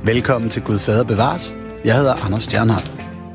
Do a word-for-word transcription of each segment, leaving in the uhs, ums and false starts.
Velkommen til Gud Fader Bevares. Jeg hedder Anders Stjernhardt.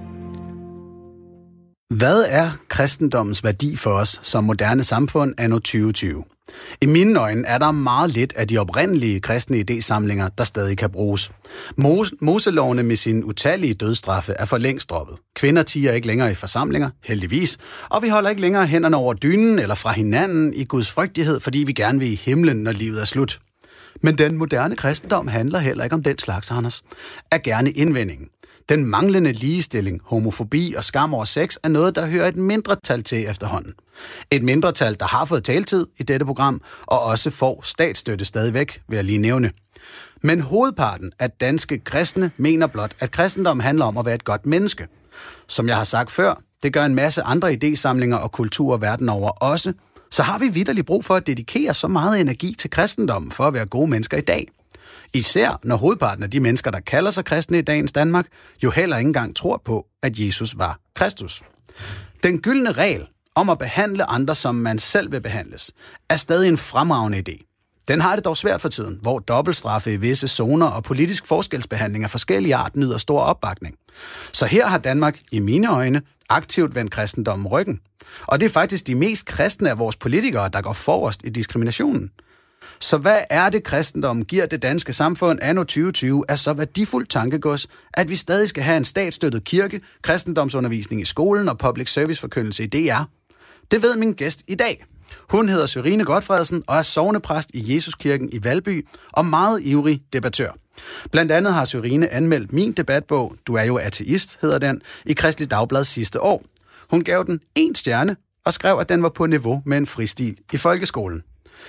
Hvad er kristendommens værdi for os som moderne samfund anno tyve tyve? I mine øjne er der meget lidt af de oprindelige kristne idésamlinger, der stadig kan bruges. Mose- Moselovene med sine utallige dødsstraffe er for længst droppet. Kvinder tiger ikke længere i forsamlinger, heldigvis, og vi holder ikke længere hænderne over dynen eller fra hinanden i Guds frygtighed, fordi vi gerne vil i himlen, når livet er slut. Men den moderne kristendom handler heller ikke om den slags, Anders. Er gerne indvendingen. Den manglende ligestilling, homofobi og skam over sex er noget, der hører et mindretal til efterhånden. Et mindretal, der har fået taletid i dette program, og også får statsstøtte stadigvæk, vil jeg lige nævne. Men hovedparten af danske kristne mener blot, at kristendom handler om at være et godt menneske. Som jeg har sagt før, det gør en masse andre idésamlinger og kulturer verden over også, så har vi vitterligt brug for at dedikere så meget energi til kristendommen for at være gode mennesker i dag. Især når hovedparten af de mennesker, der kalder sig kristne i dagens Danmark, jo heller ikke engang tror på, at Jesus var Kristus. Den gyldne regel om at behandle andre, som man selv vil behandles, er stadig en fremragende idé. Den har det dog svært for tiden, hvor dobbeltstraffe i visse zoner og politisk forskelsbehandling af forskellige art nyder stor opbakning. Så her har Danmark, i mine øjne, aktivt vendt kristendommen ryggen. Og det er faktisk de mest kristne af vores politikere, der går forrest i diskriminationen. Så hvad er det, kristendommen giver det danske samfund anno tyve tyve er så værdifuldt tankegods, at vi stadig skal have en statsstøttet kirke, kristendomsundervisning i skolen og public service forkyndelse i D R? Det ved min gæst i dag. Hun hedder Sørine Gotfredsen og er sognepræst i Jesuskirken i Valby og meget ivrig debattør. Blandt andet har Sørine anmeldt min debatbog, Du er jo ateist, hedder den, i Kristelig Dagblad sidste år. Hun gav den en stjerne og skrev, at den var på niveau med en fristil i folkeskolen.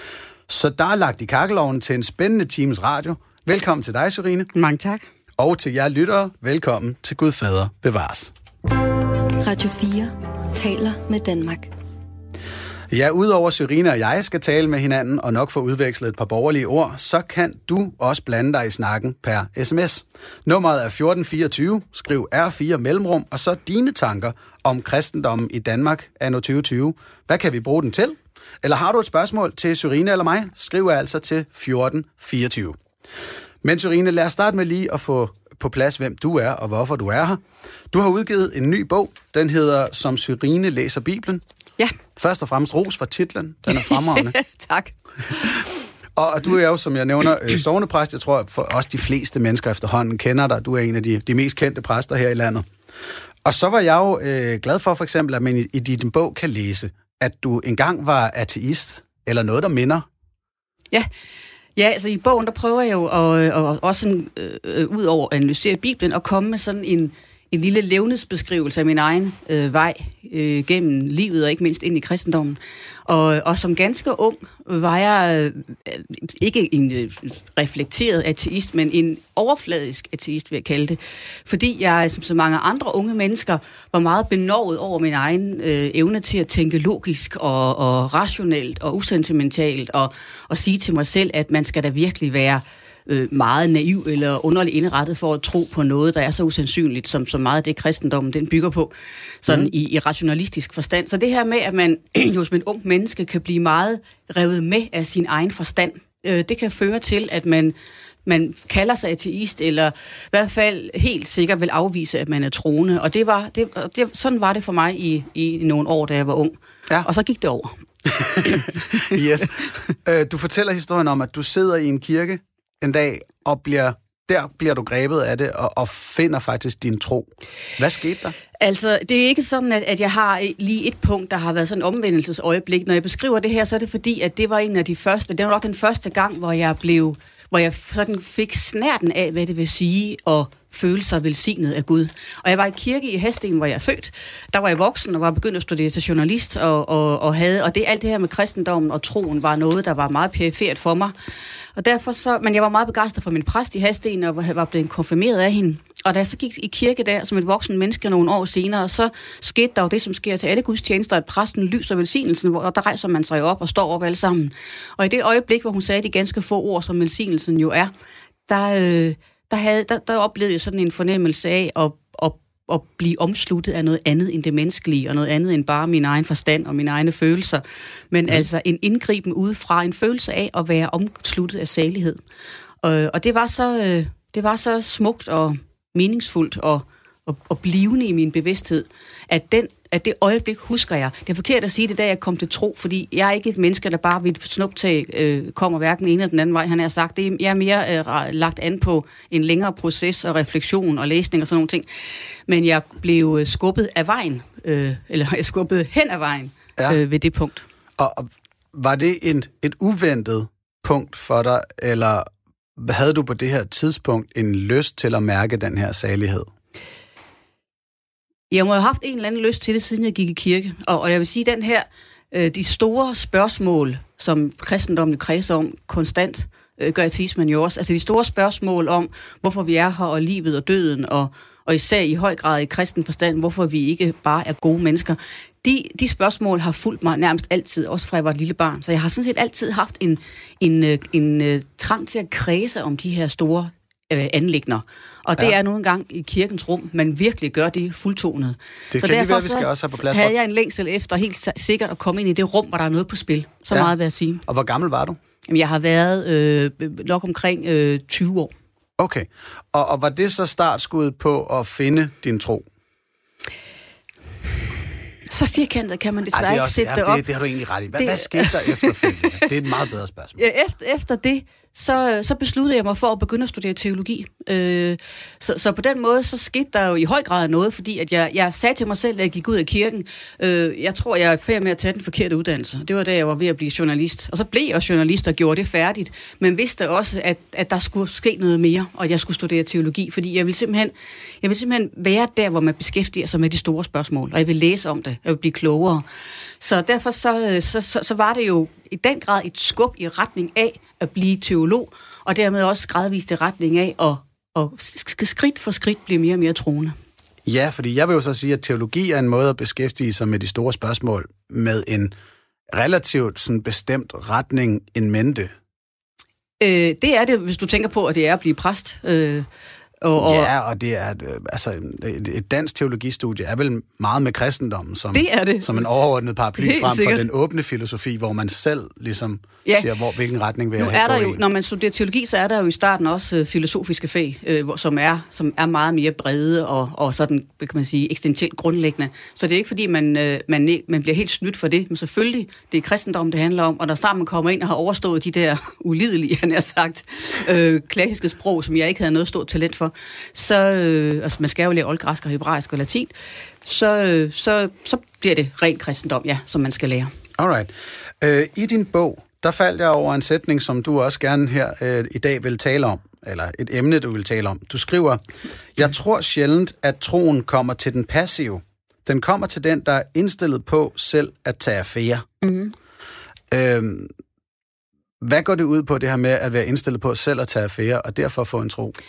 Så der er lagt i kakkelovnen til en spændende times radio. Velkommen til dig, Sørine. Mange tak. Og til jer lyttere, velkommen til Gud Fader Bevares. Radio fire taler med Danmark. Ja, udover Sørine og jeg skal tale med hinanden og nok få udvekslet et par borgerlige ord, så kan du også blande dig i snakken per sms. Nummeret er fjorten fireogtyve, skriv R fire mellemrum, og så dine tanker om kristendommen i Danmark anno tyve tyve. Hvad kan vi bruge den til? Eller har du et spørgsmål til Sørine eller mig, skriv altså til fjorten fireogtyve. Men Sørine, lad os starte med lige at få på plads, hvem du er og hvorfor du er her. Du har udgivet en ny bog, den hedder Som Sørine læser Bibelen. Ja. Først og fremmest ros for titlen, den er fremragende. Tak. Og du er jo, som jeg nævner, øh, sognepræst. Jeg tror, for os de fleste mennesker efterhånden kender dig. Du er en af de, de mest kendte præster her i landet. Og så var jeg jo øh, glad for, for eksempel, at man i, i din bog kan læse, at du engang var ateist, eller noget, der minder. Ja, ja altså i bogen, der prøver jeg jo at, at, også sådan, øh, ud over at analysere Bibelen, og komme med sådan en, en lille levnedsbeskrivelse af min egen øh, vej øh, gennem livet, og ikke mindst ind i kristendommen. Og, og som ganske ung var jeg øh, ikke en øh, reflekteret ateist, men en overfladisk ateist, vil jeg kalde det. Fordi jeg, som så mange andre unge mennesker, var meget benovet over min egen øh, evne til at tænke logisk og, og rationelt og usentimentalt, og, og sige til mig selv, at man skal da virkelig være øh, meget naiv eller underligt indrettet for at tro på noget, der er så usandsynligt, som så meget af det kristendommen den bygger på, sådan mm. i, i rationalistisk forstand. Så det her med, at man jo som en ung menneske kan blive meget revet med af sin egen forstand, øh, det kan føre til, at man, man kalder sig ateist, eller i hvert fald helt sikkert vil afvise, at man er troende. Og det var, det, det, sådan var det for mig i, i nogle år, da jeg var ung. Ja. Og så gik det over. Yes. Øh, du fortæller historien om, at du sidder i en kirke en dag, og bliver, der bliver du grebet af det, og, og finder faktisk din tro. Hvad skete der? Altså, det er ikke sådan, at, at jeg har lige et punkt, der har været sådan et omvendelsesøjeblik. Når jeg beskriver det her, så er det fordi, at det var en af de første, det var nok den første gang, hvor jeg blev, hvor jeg sådan fik snærten af, hvad det vil sige at føle sig velsignet af Gud. Og jeg var i kirke i Hadsten, hvor jeg er født. Der var jeg voksen og var begyndt at studere til journalist, og, og, og havde, og det alt det her med kristendommen og troen var noget, der var meget perifert for mig. Og derfor så, men jeg var meget begejstret for min præst i Hadsten, og var blevet konfirmeret af hende. Og da jeg så gik i kirke der, som et voksen menneske nogle år senere, så skete der jo det, som sker til alle gudstjenester, at præsten lyser velsignelsen, og der rejser man sig op og står op alle sammen. Og i det øjeblik, hvor hun sagde de ganske få ord, som velsignelsen jo er, der, øh, der, havde, der, der oplevede jeg sådan en fornemmelse af at, at, at blive omsluttet af noget andet end det menneskelige, og noget andet end bare min egen forstand og mine egne følelser. Men mm. altså en indgriben udefra, en følelse af at være omsluttet af salighed. Og, og det var så... Øh, det var så smukt og meningsfuldt og, og, og blivende i min bevidsthed, at, den, at det øjeblik husker jeg. Det er forkert at sige det, da jeg kom til tro, fordi jeg er ikke et menneske, der bare ved et snuptag øh, kommer hverken den ene eller den anden vej, han har sagt. Det er, jeg er mere øh, lagt an på en længere proces og refleksion og læsning og sådan nogle ting. Men jeg blev skubbet af vejen, øh, eller jeg skubbet hen ad vejen ja. øh, ved det punkt. Og, og var det en, et uventet punkt for dig, eller havde du på det her tidspunkt en lyst til at mærke den her salighed? Jeg må have haft en eller anden lyst til det, siden jeg gik i kirke. Og, og jeg vil sige, den her, øh, de store spørgsmål, som kristendommen kredser om konstant, øh, gør ateismen jo også. Altså de store spørgsmål om, hvorfor vi er her, og livet og døden, og, og især i høj grad i kristen forstand, hvorfor vi ikke bare er gode mennesker. De, de spørgsmål har fulgt mig nærmest altid, også fra jeg var et lille barn. Så jeg har sådan set altid haft en, en, en, en, en trang til at kredse om de her store øh, anliggender. Og det ja. er nu engang i kirkens rum, man virkelig gør det fuldtonet. Det kan lige være, vi skal også have på plads. Havde jeg en længsel efter helt sikkert at komme ind i det rum, hvor der er noget på spil. Så ja. meget vil jeg sige. Og hvor gammel var du? Jamen, jeg har været øh, nok omkring øh, tyve år. Okay. Og, og var det så startskuddet på at finde din tro? Så firkantet kan man desværre Ej, det ikke også, sætte ja, det op. Det, det har du egentlig ret i. Hvad, det, hvad skete der efterfølgende? Det er et meget bedre spørgsmål. Ja, efter, efter det, så, så besluttede jeg mig for at begynde at studere teologi. Øh, så, så på den måde, så skete der jo i høj grad noget, fordi at jeg, jeg sagde til mig selv, at jeg gik ud af kirken, øh, jeg tror, jeg er færdig med at tage den forkerte uddannelse. Det var da jeg var ved at blive journalist. Og så blev jeg journalist og gjorde det færdigt, men vidste også, at, at der skulle ske noget mere, og jeg skulle studere teologi, fordi jeg ville simpelthen, jeg ville simpelthen være der, hvor man beskæftiger sig med de store spørgsmål, og jeg vil læse om det, jeg vil blive klogere. Så derfor så, så, så, så var det jo i den grad et skub i retning af at blive teolog, og dermed også gradvist i retning af at, at skridt for skridt blive mere og mere troende. Ja, fordi jeg vil jo så sige, at teologi er en måde at beskæftige sig med de store spørgsmål med en relativt sådan bestemt retning in mente. Øh, det er det, hvis du tænker på, at det er at blive præst. Øh, Og, og ja, og det er altså et, et dansk teologistudie er vel meget med kristendommen som, det er det. som en overordnet paraply Helt frem sikkert. for den åbne filosofi, hvor man selv ligesom ja. siger, hvor, hvilken retning vil nu jeg have er der gå jo, i. når man studerer teologi, så er der jo i starten også øh, filosofiske fag, øh, hvor, som, er, som er meget mere brede og, og sådan, kan man sige, eksistentielt grundlæggende. Så det er ikke fordi, man, øh, man, man bliver helt snydt for det, men selvfølgelig, det er kristendom, det handler om, og når snart man kommer ind og har overstået de der ulidelige, han har sagt, øh, klassiske sprog, som jeg ikke havde noget stort talent for, så Øh, altså man skal jo lære oldgræsk og hebraisk og latin, så, øh, så, så bliver det ren kristendom, ja, som man skal lære. Alright. Øh, I din bog, der faldt jeg over en sætning, som du også gerne her øh, i dag vil tale om, eller et emne, du vil tale om. Du skriver, jeg tror sjældent, at troen kommer til den passive. Den kommer til den, der er indstillet på selv at tage affære. Mm-hmm. Øh, hvad går det ud på, det her med at være indstillet på selv at tage affære, og derfor få en tro?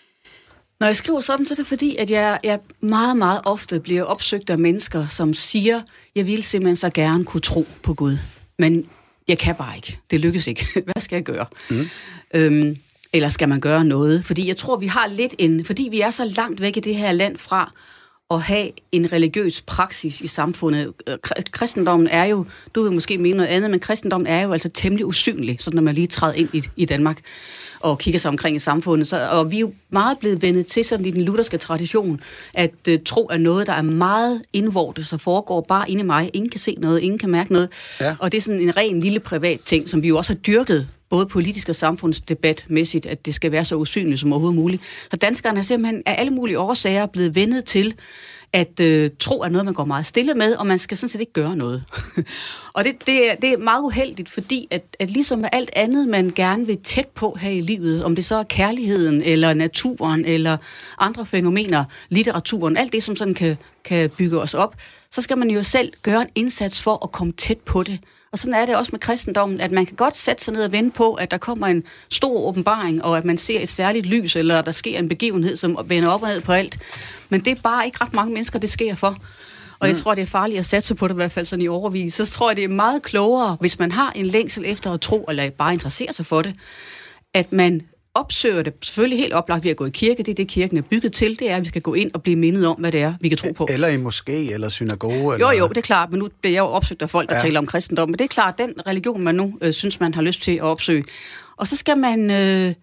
Når jeg skriver sådan, så er det fordi, at jeg, jeg meget, meget ofte bliver opsøgt af mennesker, som siger, jeg vil simpelthen så gerne kunne tro på Gud, men jeg kan bare ikke. Det lykkes ikke. Hvad skal jeg gøre? Mm. Øhm, eller skal man gøre noget? Fordi jeg tror, vi har lidt en... Fordi vi er så langt væk i det her land fra at have en religiøs praksis i samfundet. Kristendommen er jo... Du vil måske mene noget andet, men kristendommen er jo altså temmelig usynlig, så når man lige træder ind i, i Danmark og kigger sig omkring i samfundet. Så, og vi er jo meget blevet vendet til sådan i den lutherske tradition, at uh, tro er noget, der er meget indvortet, så foregår bare inde i mig. Ingen kan se noget, ingen kan mærke noget. Ja. Og det er sådan en ren lille privat ting, som vi jo også har dyrket, både politisk og samfundsdebatmæssigt, at det skal være så usynligt som overhovedet muligt. Så danskerne er simpelthen af alle mulige årsager blevet vendet til, at øh, tro er noget, man går meget stille med, og man skal sådan set ikke gøre noget. og det, det, er, det er meget uheldigt, fordi at, at ligesom med alt andet, man gerne vil tæt på her i livet, om det så er kærligheden, eller naturen, eller andre fænomener, litteraturen, alt det, som sådan kan, kan bygge os op, så skal man jo selv gøre en indsats for at komme tæt på det. Og sådan er det også med kristendommen, at man kan godt sætte sig ned og vente på, at der kommer en stor åbenbaring, og at man ser et særligt lys, eller der sker en begivenhed, som vender op og ned på alt. Men det er bare ikke ret mange mennesker, det sker for. Og jeg tror, det er farligt at satse på det, i hvert fald sådan i overvis. Så tror jeg, det er meget klogere, hvis man har en længsel efter at tro, eller bare interessere sig for det, at man opsøger det. Selvfølgelig helt oplagt ved at gå i kirke. Det er det, kirken er bygget til. Det er, at vi skal gå ind og blive mindet om, hvad det er, vi kan tro på. Eller i moské, eller synagoge. Eller... Jo, jo, det er klart. Men nu bliver jeg jo opsøgt af folk, der ja. taler om kristendom. Men det er klart, den religion, man nu øh, synes, man har lyst til at opsøge. Og så skal man... Øh,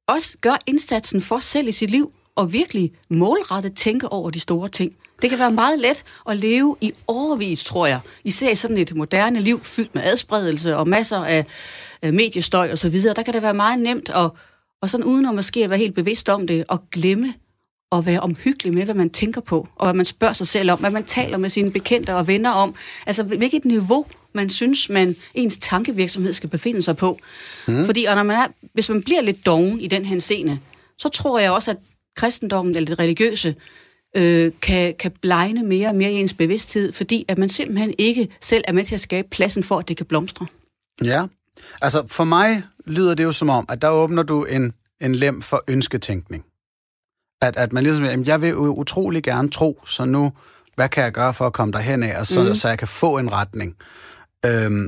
også gør indsatsen for selv i sit liv, og virkelig målrettet tænke over de store ting. Det kan være meget let at leve i årevis, tror jeg. Især i sådan et moderne liv, fyldt med adspredelse og masser af mediestøj og så videre. Der kan det være meget nemt, at, og sådan uden at måske at være helt bevidst om det, at glemme at være omhyggelig med, hvad man tænker på, og hvad man spørger sig selv om, hvad man taler med sine bekendte og venner om. Altså, hvilket niveau man synes, man ens tankevirksomhed skal befinde sig på. Mm. Fordi og når man er, hvis man bliver lidt doven i den henseende, så tror jeg også, at kristendommen eller det religiøse øh, kan, kan blegne mere og mere i ens bevidsthed, fordi at man simpelthen ikke selv er med til at skabe pladsen for, at det kan blomstre. Ja, altså for mig lyder det jo som om, at der åbner du en, en lem for ønsketænkning. At, at man ligesom, jamen, jeg vil jo utrolig gerne tro, så nu, hvad kan jeg gøre for at komme derhen af, og så, mm. så jeg kan få en retning. Øhm,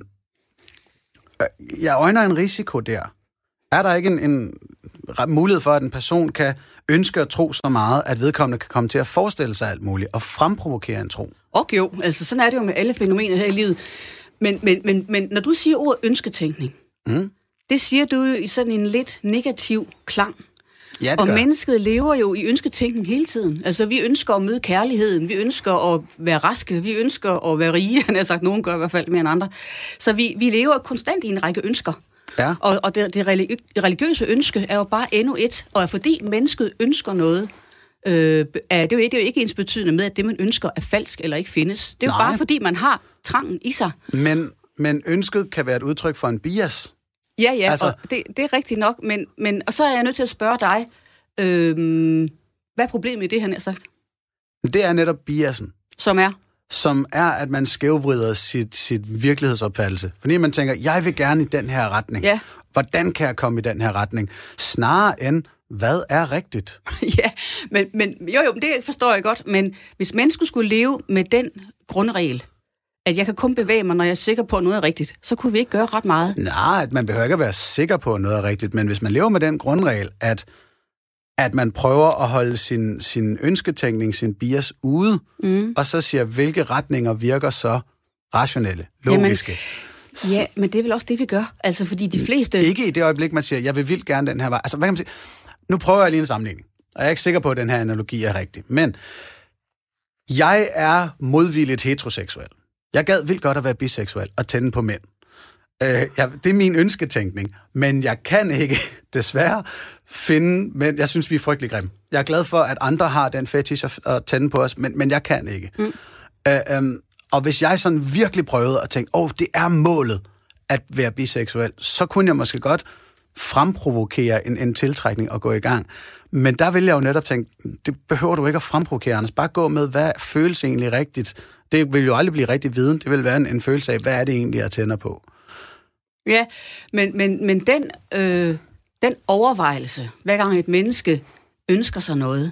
jeg øjner en risiko der. Er der ikke en, en mulighed for, at en person kan ønske at tro så meget, at vedkommende kan komme til at forestille sig alt muligt, og fremprovokere en tro? Okay, jo, altså sådan er det jo med alle fænomener her i livet. Men, men, men, men når du siger ordet ønsketænkning, mm. det siger du jo i sådan en lidt negativ klang. Ja, og mennesket lever jo i ønsketænkning hele tiden. Altså, vi ønsker at møde kærligheden, vi ønsker at være raske, vi ønsker at være rige, han har sagt, nogen gør i hvert fald mere end andre. Så vi, vi lever konstant i en række ønsker. Ja. Og, og det, det religiøse ønske er jo bare endnu et, og fordi mennesket ønsker noget, øh, er det, jo, det er jo ikke ensbetydende med, at det, man ønsker, er falsk eller ikke findes. Det er jo Nej. bare, fordi man har trangen i sig. Men, men ønsket kan være et udtryk for en bias. Ja, ja, altså, og det, det er rigtigt nok, men, men og så er jeg nødt til at spørge dig, øhm, hvad er problemet i det, han har sagt? Det er netop biasen. Som er? Som er, at man skævvrider sit, sit virkelighedsopfattelse. Fordi man tænker, jeg vil gerne i den her retning. Ja. Hvordan kan jeg komme i den her retning? Snarere end, hvad er rigtigt? Ja, men, men jo, jo, det forstår jeg godt, men hvis mennesker skulle leve med den grundregel, at jeg kan kun bevæge mig, når jeg er sikker på, at noget er rigtigt, så kunne vi ikke gøre ret meget. Nej, at man behøver ikke at være sikker på, at noget er rigtigt, men hvis man lever med den grundregel, at, at man prøver at holde sin, sin ønsketænkning, sin bias ude, mm. og så siger, hvilke retninger virker så rationelle, logiske. Jamen, ja, men det er vel også det, vi gør. Altså, fordi de fleste... Ikke i det øjeblik, man siger, jeg vil vildt gerne den her vej. Altså, hvad kan man sige? Nu prøver jeg lige en sammenligning, og jeg er ikke sikker på, at den her analogi er rigtig, men jeg er modvilligt heteroseksuel. Jeg gad vildt godt at være biseksuel og tænde på mænd. Øh, jeg, det er min ønsketænkning, men jeg kan ikke, desværre, finde mænd. Jeg synes, vi er frygtelig grimme. Jeg er glad for, at andre har den fetish at, at tænde på os, men, men jeg kan ikke. Mm. Øh, øh, og hvis jeg sådan virkelig prøvede at tænke, åh, oh, det er målet at være biseksuel, så kunne jeg måske godt fremprovokere en, en tiltrækning og gå i gang. Men der vil jeg jo netop tænke, det behøver du ikke at fremprovokere, Anders. Bare gå med, hvad føles egentlig rigtigt. Det vil jo aldrig blive rigtig viden. Det vil være en, en følelse af, hvad er det egentlig, jeg tænder på. Ja, men, men, men den, øh, den overvejelse, hver gang et menneske ønsker sig noget,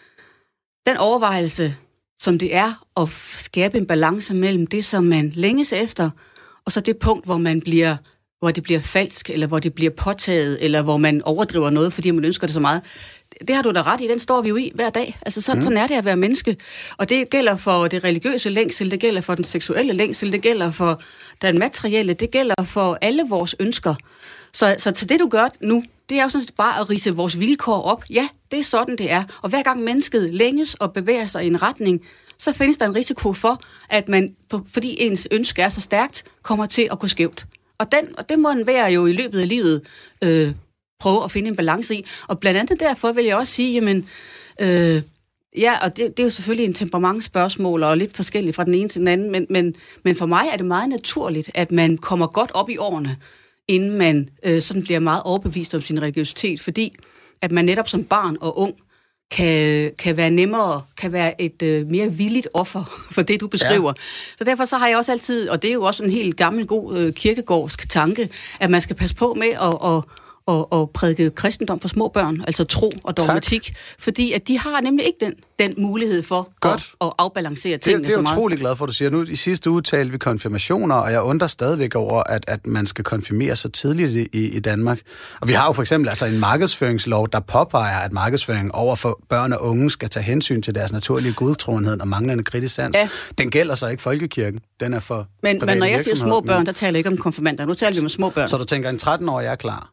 den overvejelse, som det er at skabe en balance mellem det, som man længes efter, og så det punkt, hvor man bliver, hvor det bliver falsk, eller hvor det bliver påtaget, eller hvor man overdriver noget, fordi man ønsker det så meget. Det har du da ret i, den står vi jo i hver dag. Altså sådan, mm. sådan er det at være menneske. Og det gælder for det religiøse længsel, det gælder for den seksuelle længsel, det gælder for den materielle, det gælder for alle vores ønsker. Så, så til det, du gør nu, det er jo sådan set bare at ridse vores vilkår op. Ja, det er sådan, det er. Og hver gang mennesket længes og bevæger sig i en retning, så findes der en risiko for, at man, fordi ens ønske er så stærkt, kommer til at gå skævt. Og, den, og det må den være jo i løbet af livet øh, prøve at finde en balance i. Og blandt andet derfor vil jeg også sige, jamen, øh, ja, og det, det er jo selvfølgelig en temperamentsspørgsmål, og lidt forskelligt fra den ene til den anden, men, men, men for mig er det meget naturligt, at man kommer godt op i årene, inden man øh, sådan bliver meget overbevist om sin religiøsitet, fordi at man netop som barn og ung kan, kan være nemmere, kan være et øh, mere villigt offer for det, du beskriver. Ja. Så derfor så har jeg også altid, og det er jo også en helt gammel, god øh, kirkegårdsk tanke, at man skal passe på med at, at, at, at prædike kristendom for små børn, altså tro og dogmatik, tak. Fordi at de har nemlig ikke den, den mulighed for at, at afbalancere tingene det, så meget. Det er jeg utrolig glad for, at du siger. Nu i sidste uge talte vi konfirmationer, og jeg undrer stadigvæk over, at, at man skal konfirmere så tidligt i, i Danmark. Og vi har jo for eksempel altså en markedsføringslov, der påpeger, at markedsføring over for børn og unge skal tage hensyn til deres naturlige godtroenhed og manglende kritisk sans. Ja. Den gælder så ikke folkekirken. Den er for Men, men når jeg siger små børn, der taler jeg ikke om konfirmander. Nu taler vi om små børn. Så du tænker, en tretten-årig er klar? Øh,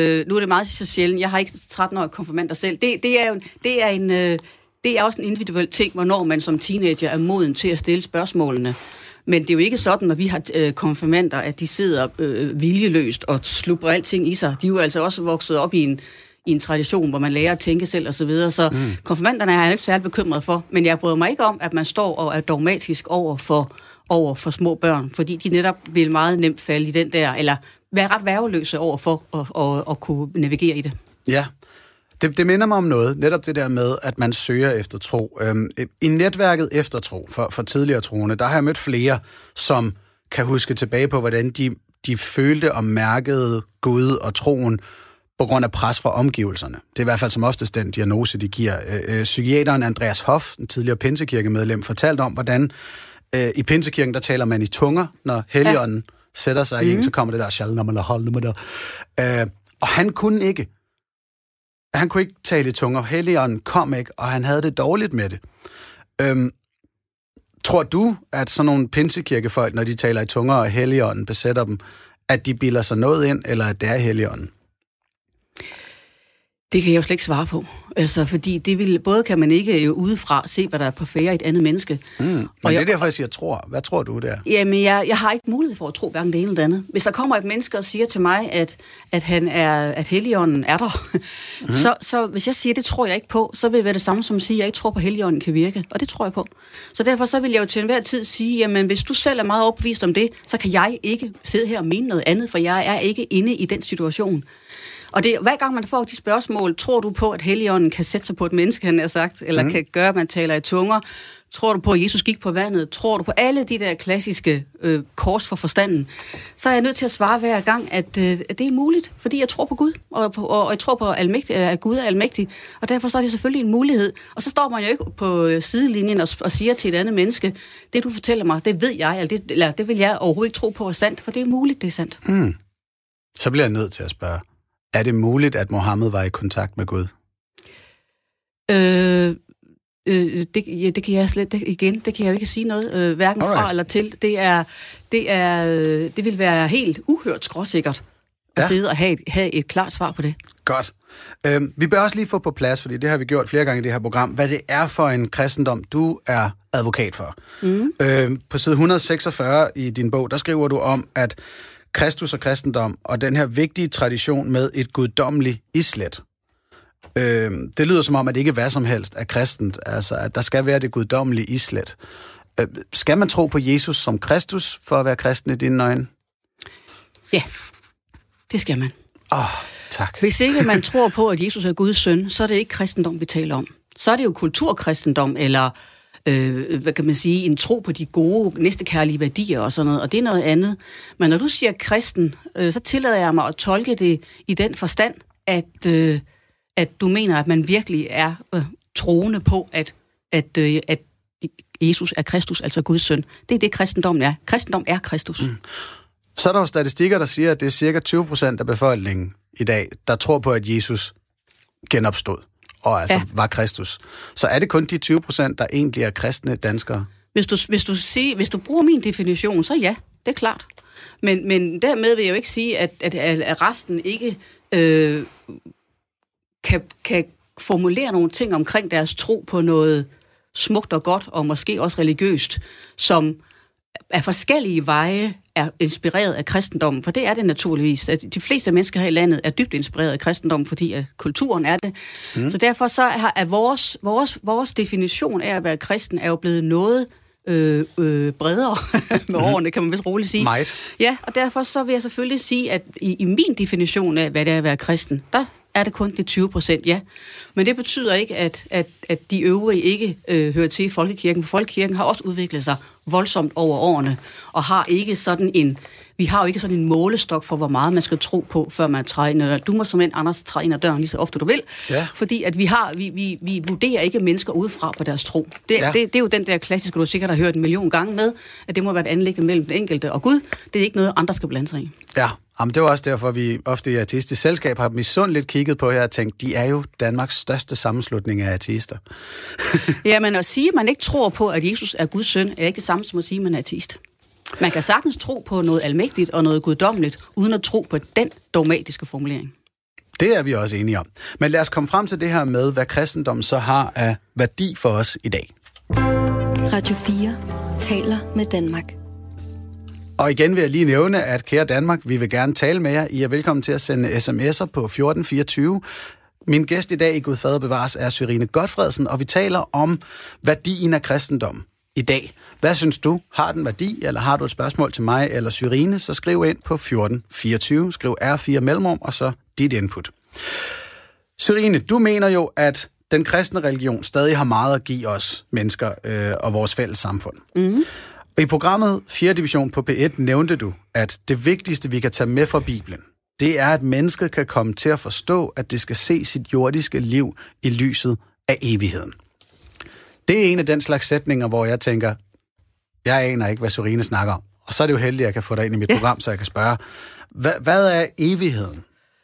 øh, nu er det meget så sjældent. Jeg har ikke tretten-årige konfirmander selv. Det, det er jo det er en, øh, det er også en individuel ting, hvornår man som teenager er moden til at stille spørgsmålene. Men det er jo ikke sådan, når vi har øh, konfirmander, at de sidder øh, viljeløst og slupper alting i sig. De er jo altså også vokset op i en, i en tradition, hvor man lærer at tænke selv osv. Så, videre. så mm. konfirmanderne er jeg ikke særlig bekymret for. Men jeg bryder mig ikke om, at man står og er dogmatisk over for, over for små børn, fordi de netop vil meget nemt falde i den der, eller være ret værgeløse over for at, at, at, at kunne navigere i det. Ja. Det, det minder mig om noget, netop det der med, at man søger efter tro. Øhm, I netværket Eftertro for, for tidligere troende, der har jeg mødt flere, som kan huske tilbage på, hvordan de, de følte og mærkede Gud og troen på grund af pres fra omgivelserne. Det er i hvert fald som oftest den diagnose, de giver. Øh, psykiateren Andreas Hoff, den tidligere Pinsekirkemedlem, fortalte om, hvordan øh, i Pinsekirken, der taler man i tunger, når Helligånden ja. sætter sig mm-hmm. i en, så kommer det der shalnamalahalnumada. Øh, og han kunne ikke. Han kunne ikke tale i tunger. Helligånden kom ikke, og han havde det dårligt med det. Øhm, tror du, at sådan nogle pinsekirkefolk, når de taler i tunger, og Helligånden besætter dem, at de bilder sig noget ind, eller at det er Helligånden? Det kan jeg jo slet ikke svare på. Altså, fordi det vil, både kan man ikke jo udefra se, hvad der er på færre i et andet menneske. Mm, men og det er jeg, derfor, jeg siger tror. Hvad tror du der? Jamen, jeg, jeg har ikke mulighed for at tro hverken det ene eller det andet. Hvis der kommer et menneske og siger til mig, at, at, han er, at Helligånden er der, mm. så, så hvis jeg siger, det tror jeg ikke på, så vil det være det samme som at sige, at jeg ikke tror på, at Helligånden kan virke. Og det tror jeg på. Så derfor så vil jeg jo til enhver tid sige, jamen hvis du selv er meget overbevist om det, så kan jeg ikke sidde her og mene noget andet, for jeg er ikke inde i den situation. Og det, hver gang man får de spørgsmål, tror du på, at Helligånden kan sætte sig på et menneske, han har sagt, eller mm. kan gøre, at man taler i tunger? Tror du på, at Jesus gik på vandet? Tror du på alle de der klassiske øh, kors for forstanden? Så er jeg nødt til at svare hver gang, at, øh, at det er muligt, fordi jeg tror på Gud, og, og, og jeg tror på, almægtig, at Gud er almægtig, og derfor så er det selvfølgelig en mulighed. Og så står man jo ikke på sidelinjen og, og siger til et andet menneske, det du fortæller mig, det ved jeg, eller det, eller det vil jeg overhovedet ikke tro på er sandt, for det er muligt, det er sandt. Mm. Så bliver jeg nødt til at spørge, er det muligt, at Mohammed var i kontakt med Gud? Øh, øh, det, ja, det kan jeg slet det, igen, det kan jeg jo ikke sige noget, øh, hverken Alright. fra eller til. Det er, det er, det vil være helt uhørt skråsikkert at ja. sidde og have et, have et klart svar på det. Godt. Øhm, vi bør også lige få på plads, fordi det har vi gjort flere gange i det her program, hvad det er for en kristendom, du er advokat for. Mm. Øhm, på side et hundrede seksogfyrre i din bog, der skriver du om, at Kristus og kristendom, og den her vigtige tradition med et guddommeligt islet. Øh, det lyder som om, at det ikke hvad som helst er kristent, altså at der skal være det guddommelige islet. Øh, skal man tro på Jesus som Kristus for at være kristen i dine øjne? Ja, det skal man. Åh, oh, tak. Hvis ikke man tror på, at Jesus er Guds søn, så er det ikke kristendom, vi taler om. Så er det jo kulturkristendom, eller Øh, hvad kan man sige, en tro på de gode, næstekærlige værdier og sådan noget, og det er noget andet. Men når du siger kristen, øh, så tillader jeg mig at tolke det i den forstand, at, øh, at du mener, at man virkelig er øh, troende på, at, at, øh, at Jesus er Kristus, altså Guds søn. Det er det, kristendommen er. Kristendom er Kristus. Mm. Så er der jo statistikker, der siger, at det er cirka tyve procent af befolkningen i dag, der tror på, at Jesus genopstod. Og altså ja. var Kristus. Så er det kun de tyve procent, der egentlig er kristne danskere? Hvis du, hvis du, siger, hvis du bruger min definition, så ja, det er klart. Men, men dermed vil jeg jo ikke sige, at, at, at resten ikke øh, kan, kan formulere nogle ting omkring deres tro på noget smukt og godt, og måske også religiøst, som af forskellige veje er inspireret af kristendommen, for det er det naturligvis. At de fleste mennesker her i landet er dybt inspireret af kristendommen, fordi at kulturen er det. Mm. Så derfor så er vores, vores, vores definition af at være kristen er jo blevet noget øh, øh, bredere med årene, kan man vist roligt sige. Might. Ja, og derfor så vil jeg selvfølgelig sige, at i, i min definition af, hvad det er at være kristen, der er det kun de tyve procent, ja. Men det betyder ikke, at, at, at de øvrige ikke øh, hører til i folkekirken, for folkekirken har også udviklet sig voldsomt over årene, og har ikke sådan en, vi har jo ikke sådan en målestok for, hvor meget man skal tro på, før man træder ind ad døren. Du må som en Anders træde ind ad døren lige så ofte du vil, ja. Fordi at vi har, vi, vi, vi vurderer ikke mennesker udefra på deres tro. Det, ja. det, det er jo den der klassiske, du sikkert har hørt en million gange med, at det må være et anliggende mellem den enkelte og Gud. Det er ikke noget, andre skal blande sig i. Ja. Jamen, det var også derfor, vi ofte i Ateistisk Selskab har misundeligt kigget på her og tænkt, de er jo Danmarks største sammenslutning af ateister. Jamen, at sige, at man ikke tror på, at Jesus er Guds søn, er ikke det samme som at sige, at man er ateist. Man kan sagtens tro på noget almægtigt og noget guddommeligt, uden at tro på den dogmatiske formulering. Det er vi også enige om. Men lad os komme frem til det her med, hvad kristendommen så har af værdi for os i dag. Radio fire taler med Danmark. Og igen vil jeg lige nævne, at kære Danmark, vi vil gerne tale med jer. I er velkommen til at sende sms'er på fjorten fireogtyve. Min gæst i dag i Gud Fader bevares er Cyrine Gotfredsen, og vi taler om værdien af kristendom i dag. Hvad synes du? Har den værdi, eller har du et spørgsmål til mig eller Cyrine, så skriv ind på fjorten fireogtyve. Skriv R fire mellemrum, og så dit input. Cyrine, du mener jo, at den kristne religion stadig har meget at give os mennesker øh, og vores fælles samfund. Mm. Og i programmet fjerde division på P et nævnte du, at det vigtigste, vi kan tage med fra Bibelen, det er, at mennesket kan komme til at forstå, at det skal se sit jordiske liv i lyset af evigheden. Det er en af den slags sætninger, hvor jeg tænker, jeg aner ikke, hvad Cyrine snakker om. Og så er det jo heldigt, at jeg kan få dig ind i mit ja. program, så jeg kan spørge, hvad, hvad er evigheden?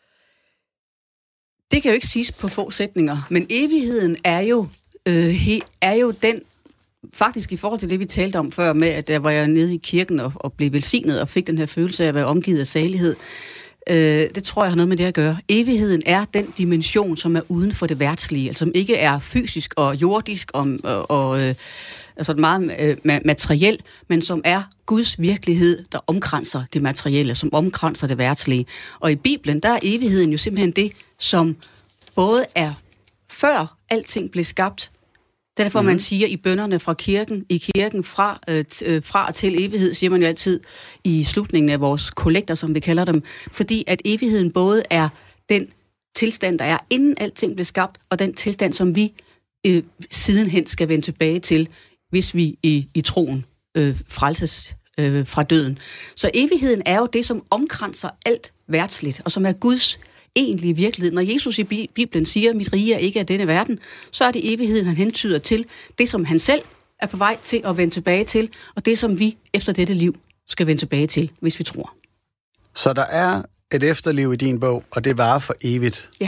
Det kan jo ikke siges på få sætninger, men evigheden er jo, øh, he, er jo den, faktisk i forhold til det, vi talte om før, med at der var jeg nede i kirken og, og blev velsignet og fik den her følelse af at være omgivet af salighed. Øh, det tror jeg har noget med det at gøre. Evigheden er den dimension, som er uden for det verdslige, altså som ikke er fysisk og jordisk og, og, og øh, altså meget øh, materiel, men som er Guds virkelighed, der omkranser det materielle, som omkranser det verdslige. Og i Bibelen, der er evigheden jo simpelthen det, som både er før alting blev skabt. Det er derfor, mm-hmm. man siger i bønnerne fra kirken, i kirken fra, øh, fra til evighed, siger man jo altid i slutningen af vores kollekter, som vi kalder dem, fordi at evigheden både er den tilstand, der er inden alting blev skabt, og den tilstand, som vi øh, sidenhen skal vende tilbage til, hvis vi i, i troen øh, frelses øh, fra døden. Så evigheden er jo det, som omkranser alt værdsligt, og som er Guds egentlige virkelighed. Når Jesus i Bibelen siger, mit rige er ikke af denne verden, så er det evigheden, han hentyder til. Det, som han selv er på vej til at vende tilbage til, og det, som vi efter dette liv skal vende tilbage til, hvis vi tror. Så der er et efterliv i din bog, og det varer for evigt? Ja.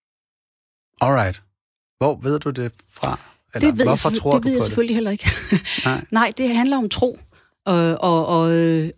Alright. Hvor ved du det fra? Eller det ved hvorfor jeg, tror det du ved på jeg selvfølgelig det? heller ikke. Nej. Nej, det handler om tro. Og, og, og øh,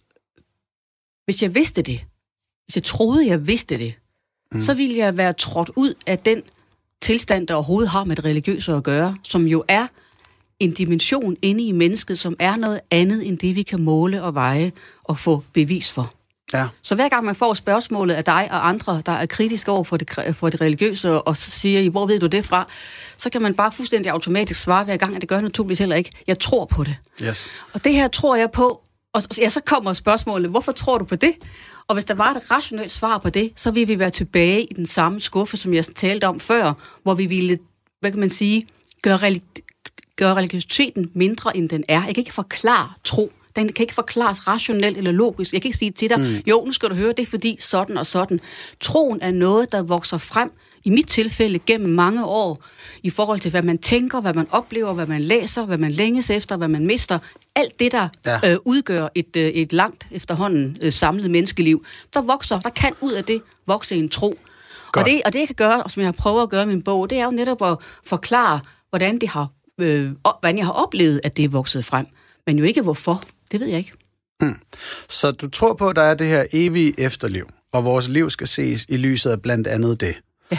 hvis jeg vidste det, hvis jeg troede, jeg vidste det, mm. så ville jeg være trådt ud af den tilstand, der overhovedet har med det religiøse at gøre, som jo er en dimension inde i mennesket, som er noget andet end det, vi kan måle og veje og få bevis for. Ja. Så hver gang man får spørgsmålet af dig og andre, der er kritiske over for det, for det religiøse, og så siger I, hvor ved du det fra? Så kan man bare fuldstændig automatisk svare hver gang, at det gør naturligvis heller ikke. Jeg tror på det. Yes. Og det her tror jeg på, og ja, så kommer spørgsmålet, hvorfor tror du på det? Og hvis der var et rationelt svar på det, så ville vi være tilbage i den samme skuffe, som jeg talte om før, hvor vi ville, hvad kan man sige, gøre, religi- gøre religiøsiteten mindre, end den er. Jeg kan ikke forklare tro. Den kan ikke forklares rationelt eller logisk. Jeg kan ikke sige til dig, mm. jo, nu skal du høre det, fordi sådan og sådan. Troen er noget, der vokser frem, i mit tilfælde, gennem mange år, i forhold til, hvad man tænker, hvad man oplever, hvad man læser, hvad man længes efter, hvad man mister. Alt det, der ja. øh, udgør et, øh, et langt efterhånden øh, samlet menneskeliv, der vokser, der kan ud af det vokse en tro. Og det, og det, jeg kan gøre, og som jeg har prøvet at gøre i min bog, det er jo netop at forklare, hvordan, det har, øh, hvordan jeg har oplevet, at det er vokset frem. Men jo ikke hvorfor. Det ved jeg ikke. Hmm. Så du tror på, at der er det her evige efterliv, og vores liv skal ses i lyset af blandt andet det? Ja.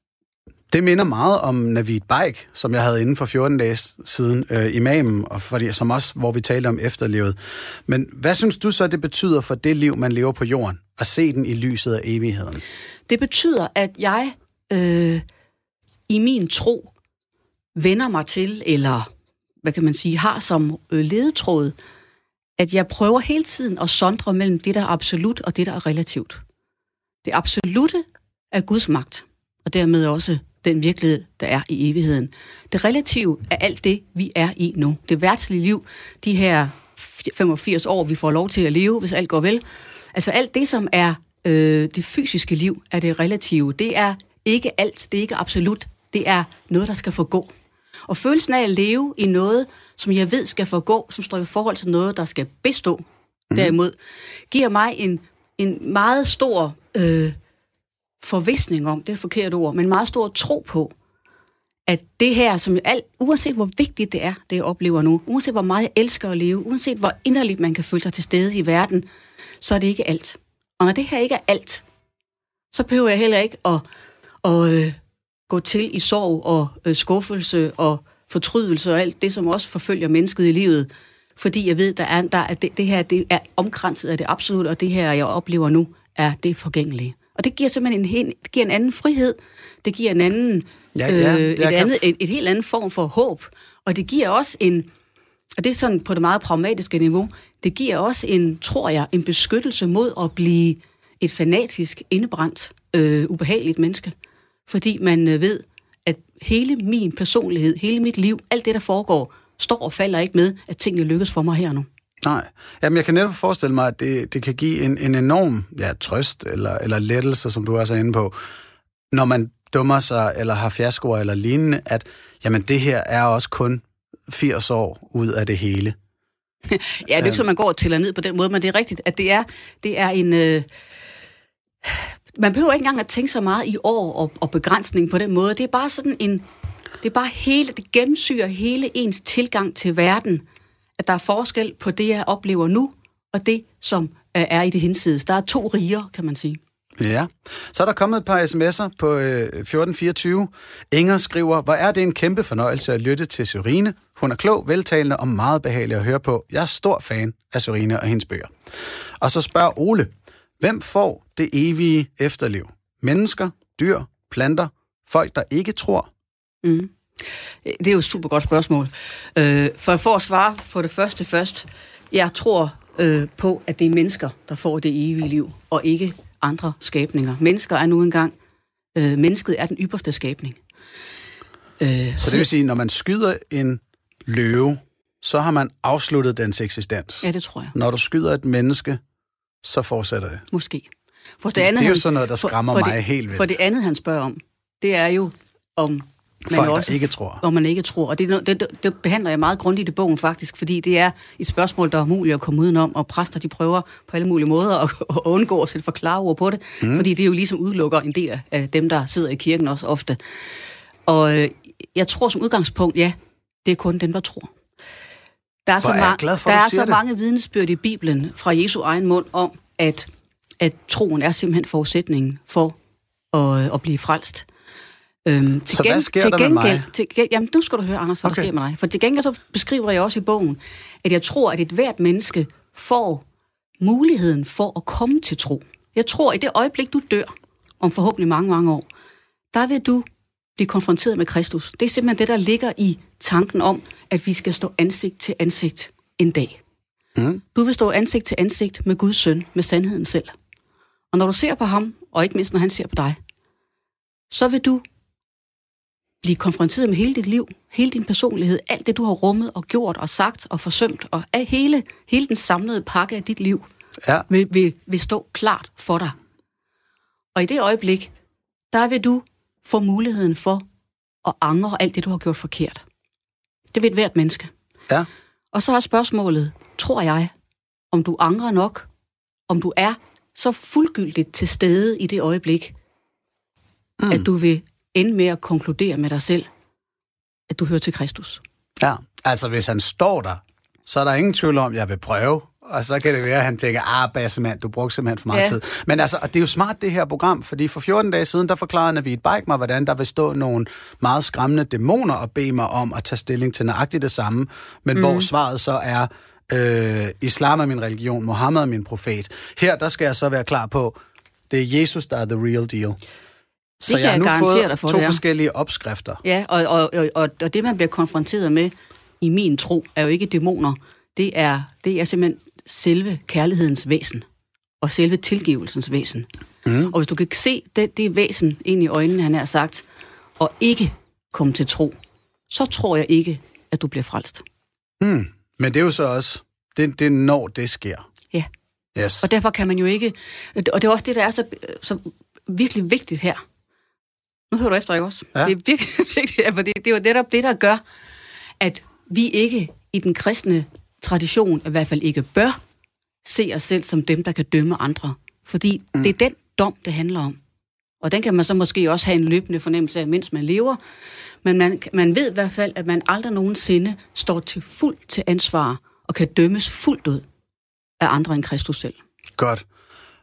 Det minder meget om Navid Baik, som jeg havde inden for fjorten dage siden, øh, imamen, og fordi, som også, hvor vi talte om efterlivet. Men hvad synes du så, det betyder for det liv, man lever på jorden, at se den i lyset af evigheden? Det betyder, at jeg øh, i min tro vender mig til, eller hvad kan man sige, har som øh, ledetråd, at jeg prøver hele tiden at sondre mellem det, der er absolut, og det, der er relativt. Det absolutte er Guds magt, og dermed også den virkelighed, der er i evigheden. Det relative er alt det, vi er i nu. Det verdslige liv, de her femogfirs år, vi får lov til at leve, hvis alt går vel. Altså alt det, som er øh, det fysiske liv, er det relative. Det er ikke alt, det er ikke absolut. Det er noget, der skal forgå. Og følelsen af at leve i noget, som jeg ved skal forgå, som står i forhold til noget, der skal bestå, mm. derimod, giver mig en, en meget stor øh, forvisning om, det er et forkert ord, men en meget stor tro på, at det her, som jo alt, uanset hvor vigtigt det er, det jeg oplever nu, uanset hvor meget jeg elsker at leve, uanset hvor inderligt man kan føle sig til stede i verden, så er det ikke alt. Og når det her ikke er alt, så behøver jeg heller ikke at, at øh, gå til i sorg og øh, skuffelse og fortrydelse og alt det, som også forfølger mennesket i livet. Fordi jeg ved, der er, der er det, det her det er omkranset af det absolut, og det her, jeg oplever nu, er det forgængelige. Og det giver simpelthen en, det giver en anden frihed. Det giver en anden, ja, ja, øh, et, andet, f- et, et helt andet form for håb. Og det giver også en, og det er sådan på det meget pragmatiske niveau, det giver også en, tror jeg, en beskyttelse mod at blive et fanatisk, indebrændt, øh, ubehageligt menneske. Fordi man øh, ved, at hele min personlighed, hele mit liv, alt det, der foregår, står og falder ikke med, at tingene lykkes for mig her nu. Nej. Jamen, jeg kan netop forestille mig, at det, det kan give en, en enorm ja, trøst eller, eller lettelse, som du også er inde på, når man dummer sig, eller har fiaskoer eller lignende, at jamen, det her er også kun firs år ud af det hele. Ja, det er ikke så, man går og tæller ned på den måde, men det er rigtigt, at det er, det er en... Øh... Man behøver ikke engang at tænke så meget i år og, og begrænsning på den måde. Det er bare sådan en... Det er bare hele... Det gennemsyrer hele ens tilgang til verden, at der er forskel på det, jeg oplever nu, og det, som er i det hinsides. Der er to riger, kan man sige. Ja. Så er der kommet et par sms'er på øh, fjorten fireogtyve. Inger skriver, hvor er det en kæmpe fornøjelse at lytte til Sørine. Hun er klog, veltalende og meget behagelig at høre på. Jeg er stor fan af Sørine og hendes bøger. Og så spørger Ole, hvem får det evige efterliv? Mennesker, dyr, planter, folk, der ikke tror? Mm. Det er jo et super godt spørgsmål. Øh, for for at svare for det første først, jeg tror øh, på, at det er mennesker, der får det evige liv, og ikke andre skabninger. Mennesker er nu engang, øh, mennesket er den ypperste skabning. Øh, så det vil sige, når man skyder en løve, så har man afsluttet dens eksistens? Ja, det tror jeg. Når du skyder et menneske, så fortsætter det? Måske. For det, det, andet, det er jo han, sådan noget, der skræmmer for, for mig det, helt vildt. For det andet, han spørger om, det er jo om... Folk, også, der ikke tror. Om man ikke tror. Og det, det, det behandler jeg meget grundigt i bogen faktisk, fordi det er et spørgsmål, der er muligt at komme udenom, og præster, de prøver på alle mulige måder at, at undgå at sætte forklare ord på det, mm. fordi det jo ligesom udelukker en del af dem, der sidder i kirken også ofte. Og øh, jeg tror som udgangspunkt, ja, det er kun dem, der tror. Der er, så, ma- for, der er så mange vidnesbyrd i Bibelen fra Jesu egen mund om, at, at troen er simpelthen forudsætningen for at, at blive frelst. Øhm, til så gen, hvad sker til der gengæld, med mig? Til, jamen, nu skal du høre, Anders, hvad okay. der sker med dig. For til gengæld så beskriver jeg også i bogen, at jeg tror, at et hvert menneske får muligheden for at komme til tro. Jeg tror, at i det øjeblik, du dør, om forhåbentlig mange, mange år, der vil du blive konfronteret med Kristus. Det er simpelthen det, der ligger i tanken om, at vi skal stå ansigt til ansigt en dag. Mm. Du vil stå ansigt til ansigt med Guds søn, med sandheden selv. Og når du ser på ham, og ikke mindst når han ser på dig, så vil du blive konfronteret med hele dit liv, hele din personlighed, alt det, du har rummet og gjort og sagt og forsømt, og hele, hele den samlede pakke af dit liv ja. vil, vil, vil stå klart for dig. Og i det øjeblik, der vil du få muligheden for at angre alt det, du har gjort forkert. Det vil et hvert menneske. Ja. Og så er spørgsmålet, tror jeg, om du angrer nok, om du er så fuldgyldigt til stede i det øjeblik, mm. at du vil ende med at konkludere med dig selv, at du hører til Kristus. Ja, altså hvis han står der, så er der ingen tvivl om, at jeg vil prøve. Og så kan det være, at han tænker, ah, bassemand, du brugte simpelthen for meget ja. tid. Men altså, det er jo smart, det her program, fordi for fjorten dage siden, der forklarede Navid Bike mig, hvordan der vil stå nogle meget skræmmende dæmoner og bede mig om at tage stilling til nøjagtigt det samme, men mm. hvor svaret så er, øh, islam er min religion, Mohammed er min profet. Her, der skal jeg så være klar på, det er Jesus, der er the real deal. Så det jeg har nu jeg fået for, to det forskellige opskrifter. Ja, og, og, og, og, og det, man bliver konfronteret med i min tro, er jo ikke dæmoner. Det er, det er simpelthen selve kærlighedens væsen, og selve tilgivelsens væsen. Mm. Og hvis du kan se det, det væsen ind i øjnene, han har sagt, og ikke komme til tro, så tror jeg ikke, at du bliver frelst. Mm. Men det er jo så også, det, det er når det sker. Ja. Yes. Og derfor kan man jo ikke, og det er også det, der er så, så virkelig vigtigt her. Nu hører du efter, ikke også? Ja. Det er virkelig vigtigt, for det, det er jo netop det, der gør, at vi ikke i den kristne tradition, i hvert fald ikke bør, se os selv som dem, der kan dømme andre. Fordi mm. det er den dom, det handler om. Og den kan man så måske også have en løbende fornemmelse af, mens man lever. Men man, man ved i hvert fald, at man aldrig nogensinde står til fuld til ansvar og kan dømmes fuldt ud af andre end Kristus selv. Godt.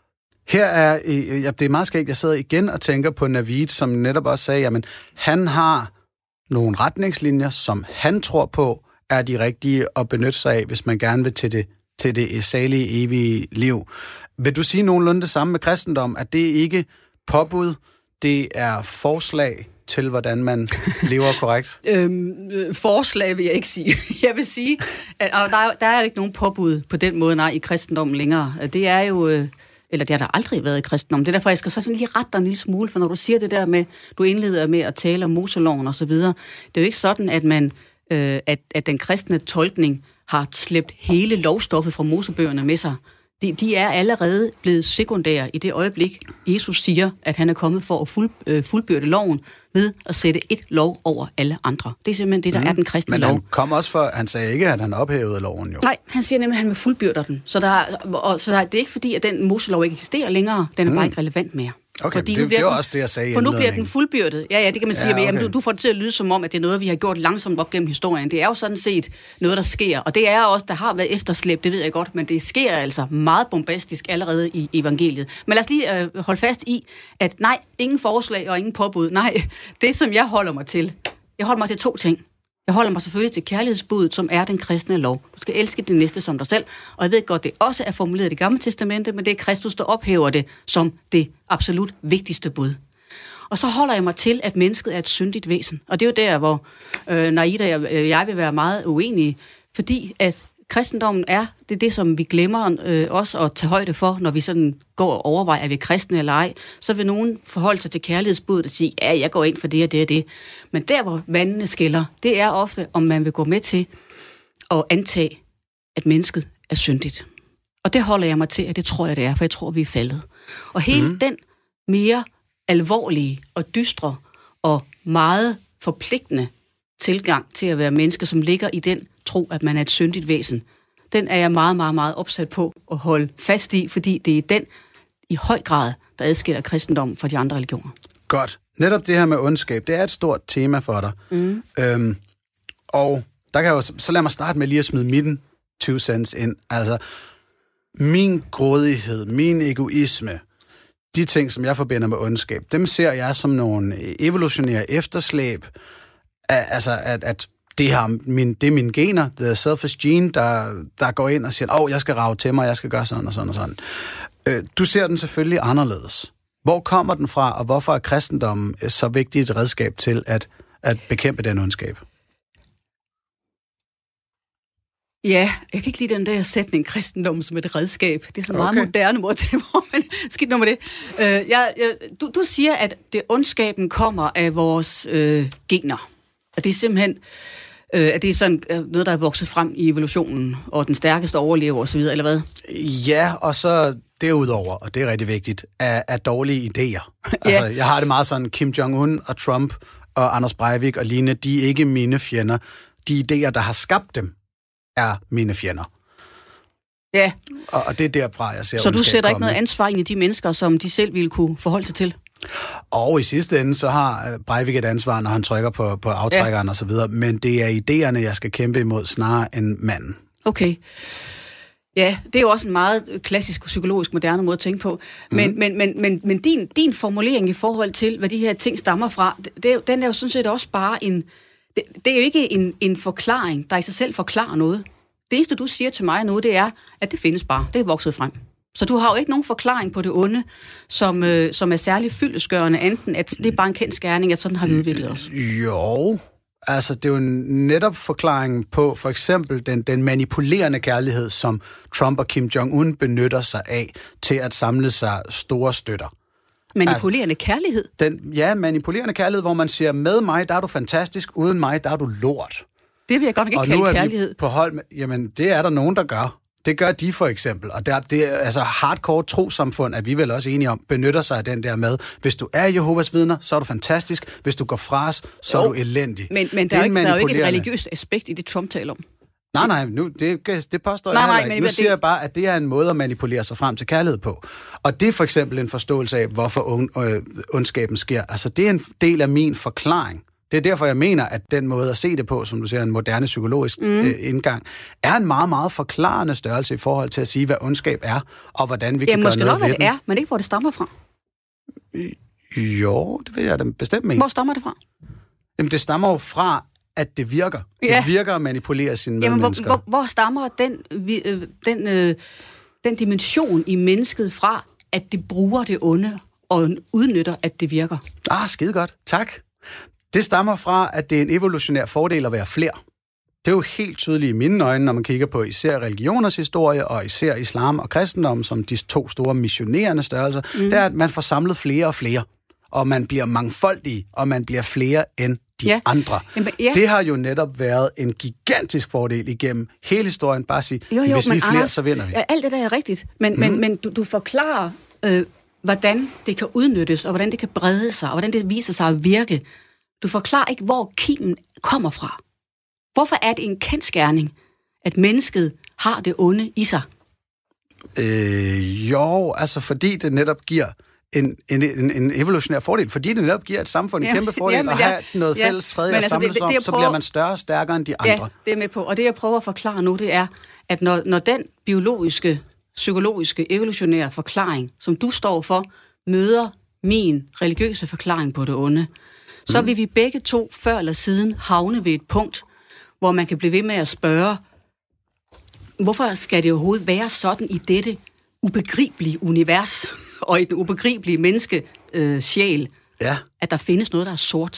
Her er, ja, det er meget skægt, jeg sidder igen og tænker på Navid, som netop også sagde, jamen, han har nogle retningslinjer, som han tror på, er de rigtige at benytte sig af, hvis man gerne vil til det, til det salige evige liv. Vil du sige nogenlunde det samme med kristendom, at det ikke påbud, det er forslag til, hvordan man lever korrekt? øhm, forslag vil jeg ikke sige. Jeg vil sige, at der er, der er jo ikke nogen påbud på den måde, nej, i kristendommen længere. Det er jo, eller det har der aldrig været i kristendommen. Det er derfor, jeg skal så lige rette dig en lille smule, for når du siger det der med, du indleder med at tale om Moseloven og så videre, det er jo ikke sådan, at man, øh, at, at den kristne tolkning har slæbt hele lovstoffet fra Mosebøgerne med sig. De, de er allerede blevet sekundære i det øjeblik, Jesus siger, at han er kommet for at fuld, øh, fuldbyrde loven ved at sætte et lov over alle andre. Det er simpelthen det, der mm. er den kristne Men lov. Men han kom også for, han sagde ikke, at han ophævede loven jo. Nej, han siger nemlig, at han vil fuldbyrde den. Så, der, og, så der, det er ikke fordi, at den Moselov ikke eksisterer længere. Den er mm. bare ikke relevant mere. Okay, det, det var også det, jeg sagde. For nu bliver den fuldbyrdet. Ja, ja, det kan man sige. Ja, okay. Jamen, du, du får det til at lyde som om, at det er noget, vi har gjort langsomt op gennem historien. Det er jo sådan set noget, der sker. Og det er også, der har været efterslæb, det ved jeg godt, men det sker altså meget bombastisk allerede i evangeliet. Men lad os lige øh, holde fast i, at nej, ingen forslag og ingen påbud. Nej, det som jeg holder mig til, jeg holder mig til to ting. Jeg holder mig selvfølgelig til kærlighedsbuddet, som er den kristne lov. Du skal elske det næste som dig selv. Og jeg ved godt, det også er formuleret i Det Gamle Testamente, men det er Kristus, der ophæver det som det absolut vigtigste bud. Og så holder jeg mig til, at mennesket er et syndigt væsen. Og det er jo der, hvor øh, Naida og jeg vil være meget uenige, fordi at kristendommen er det, er det som vi glemmer øh, også at tage højde for, når vi sådan går og overvejer, er vi kristne eller ej. Så vil nogen forholde sig til kærlighedsbuddet og sige, ja, jeg går ind for det og det og det. Men der, hvor vandene skiller, det er ofte, om man vil gå med til at antage, at mennesket er syndigt. Og det holder jeg mig til, at det tror jeg, det er, for jeg tror, vi er faldet. Og hele mm. den mere alvorlige og dystre og meget forpligtende tilgang til at være menneske, som ligger i den tro, at man er et syndigt væsen, den er jeg meget, meget, meget opsat på at holde fast i, fordi det er den i høj grad, der adskiller kristendommen fra de andre religioner. Godt. Netop det her med ondskab, det er et stort tema for dig. Mm. Øhm, og der kan jeg jo, så lad mig starte med lige at smide mine two cents ind. Altså, min grådighed, min egoisme, de ting, som jeg forbinder med ondskab, dem ser jeg som nogle evolutionære efterslæb. Altså, at, at det, har min, det er mine gener, the selfish gene, der, der går ind og siger, åh, oh, jeg skal rage til mig, jeg skal gøre sådan og sådan og sådan. Øh, du ser den selvfølgelig anderledes. Hvor kommer den fra, og hvorfor er kristendommen så vigtigt et redskab til at, at bekæmpe den ondskab? Ja, jeg kan ikke lide den der sætning, kristendom som et redskab. Det er sådan en okay. meget moderne måde til, hvor man skidt nummer det. Øh, jeg, jeg, du, du siger, at det ondskaben kommer af vores øh, gener. Og det er simpelthen, øh, at det er sådan noget, der er vokset frem i evolutionen, og den stærkeste overlever osv., eller hvad? Ja, og så derudover, og det er rigtig vigtigt, er, er dårlige idéer. Ja. Altså, jeg har det meget sådan, Kim Jong-un og Trump og Anders Breivik og Line, de er ikke mine fjender. De idéer, der har skabt dem, er mine fjender. Ja. Og, og det er derfra, jeg ser. Så du sætter ikke noget ansvar ind i de mennesker, som de selv ville kunne forholde sig til? Og i sidste ende, så har Breivik et ansvar, når han trykker på, på aftrækkeren ja. og så videre, men det er idéerne, jeg skal kæmpe imod, snarere end manden. Okay. Ja, det er jo også en meget klassisk, psykologisk, moderne måde at tænke på. Men, mm. men, men, men, men din, din formulering i forhold til, hvad de her ting stammer fra, det, den er jo sådan set også bare en... Det, det er jo ikke en, en forklaring, der i sig selv forklarer noget. Det eneste, du siger til mig nu, det er, at det findes bare. Det er vokset frem. Så du har jo ikke nogen forklaring på det onde, som, øh, som er særlig fyldestgørende, enten at det er bare en kendsgerning, at sådan har vi udviklet os. Jo, altså det er jo netop forklaringen på for eksempel den, den manipulerende kærlighed, som Trump og Kim Jong-un benytter sig af til at samle sig store støtter. Manipulerende altså, kærlighed? Den, ja, manipulerende kærlighed, hvor man siger, med mig, der er du fantastisk, uden mig, der er du lort. Det vil jeg godt nok ikke kalde kærlighed. Og på hold med, jamen, det er der nogen, der gør. Det gør de for eksempel, og der, det er altså hardcore trosamfund, at vi vel også enige om, benytter sig af den der med, hvis du er Jehovas vidner, så er du fantastisk, hvis du går fra os, så jo. er du elendig. Men, men der, er ikke, der er jo ikke et religiøst aspekt i det, Trump taler om. Nej, nej, nu, det, det påstår nej, jeg heller ikke. Nu siger jeg bare, at det er en måde at manipulere sig frem til kærlighed på. Og det er for eksempel en forståelse af, hvorfor ond, øh, ondskaben sker. Altså, det er en del af min forklaring. Det Det er derfor, jeg mener, at den måde at se det på, som du siger, en moderne psykologisk mm. øh, indgang, er en meget, meget forklarende størrelse i forhold til at sige, hvad ondskab er, og hvordan vi ja, kan gøre noget nok, ved det den. er, men ikke hvor det stammer fra. Jo, det vil jeg da bestemt mene. Hvor stammer det fra? Jamen, det stammer jo fra, at det virker. Ja. Det virker at manipulere sine Jamen, medmennesker. hvor, hvor, hvor stammer den, den, øh, den dimension i mennesket fra, at det bruger det onde og udnytter, at det virker? Ah, skide godt. Tak. Det stammer fra, at det er en evolutionær fordel at være flere. Det er jo helt tydeligt i mine øjne, når man kigger på især religioners historie, og især islam og kristendom, som de to store missionerende størrelser, mm. det er, at man får samlet flere og flere, og man bliver mangfoldige, og man bliver flere end de ja. andre. Jamen, ja. Det har jo netop været en gigantisk fordel igennem hele historien. Bare at sige, jo, jo, hvis vi er flere, Anders, så vinder vi. Ja, alt det der er rigtigt, men, mm. men, men du, du forklarer, øh, hvordan det kan udnyttes, og hvordan det kan brede sig, og hvordan det viser sig at virke. Du forklarer ikke, hvor kimen kommer fra. Hvorfor er det en kendsgerning, at mennesket har det onde i sig? Øh, jo, altså fordi det netop giver en, en, en, en evolutionær fordel. Fordi det netop giver et samfund en ja, kæmpe fordel, ja, at have ja, noget ja, fælles tredje at altså samles det, det, det, om, så prøver, bliver man større og stærkere end de andre. Ja, det er med på. Og det, jeg prøver at forklare nu, det er, at når, når den biologiske, psykologiske, evolutionære forklaring, som du står for, møder min religiøse forklaring på det onde, så mm. vil vi begge to før eller siden havne ved et punkt, hvor man kan blive ved med at spørge, hvorfor skal det overhovedet være sådan i dette ubegribelige univers, og i den ubegribelige menneske øh, sjæl, ja. at der findes noget, der er sort.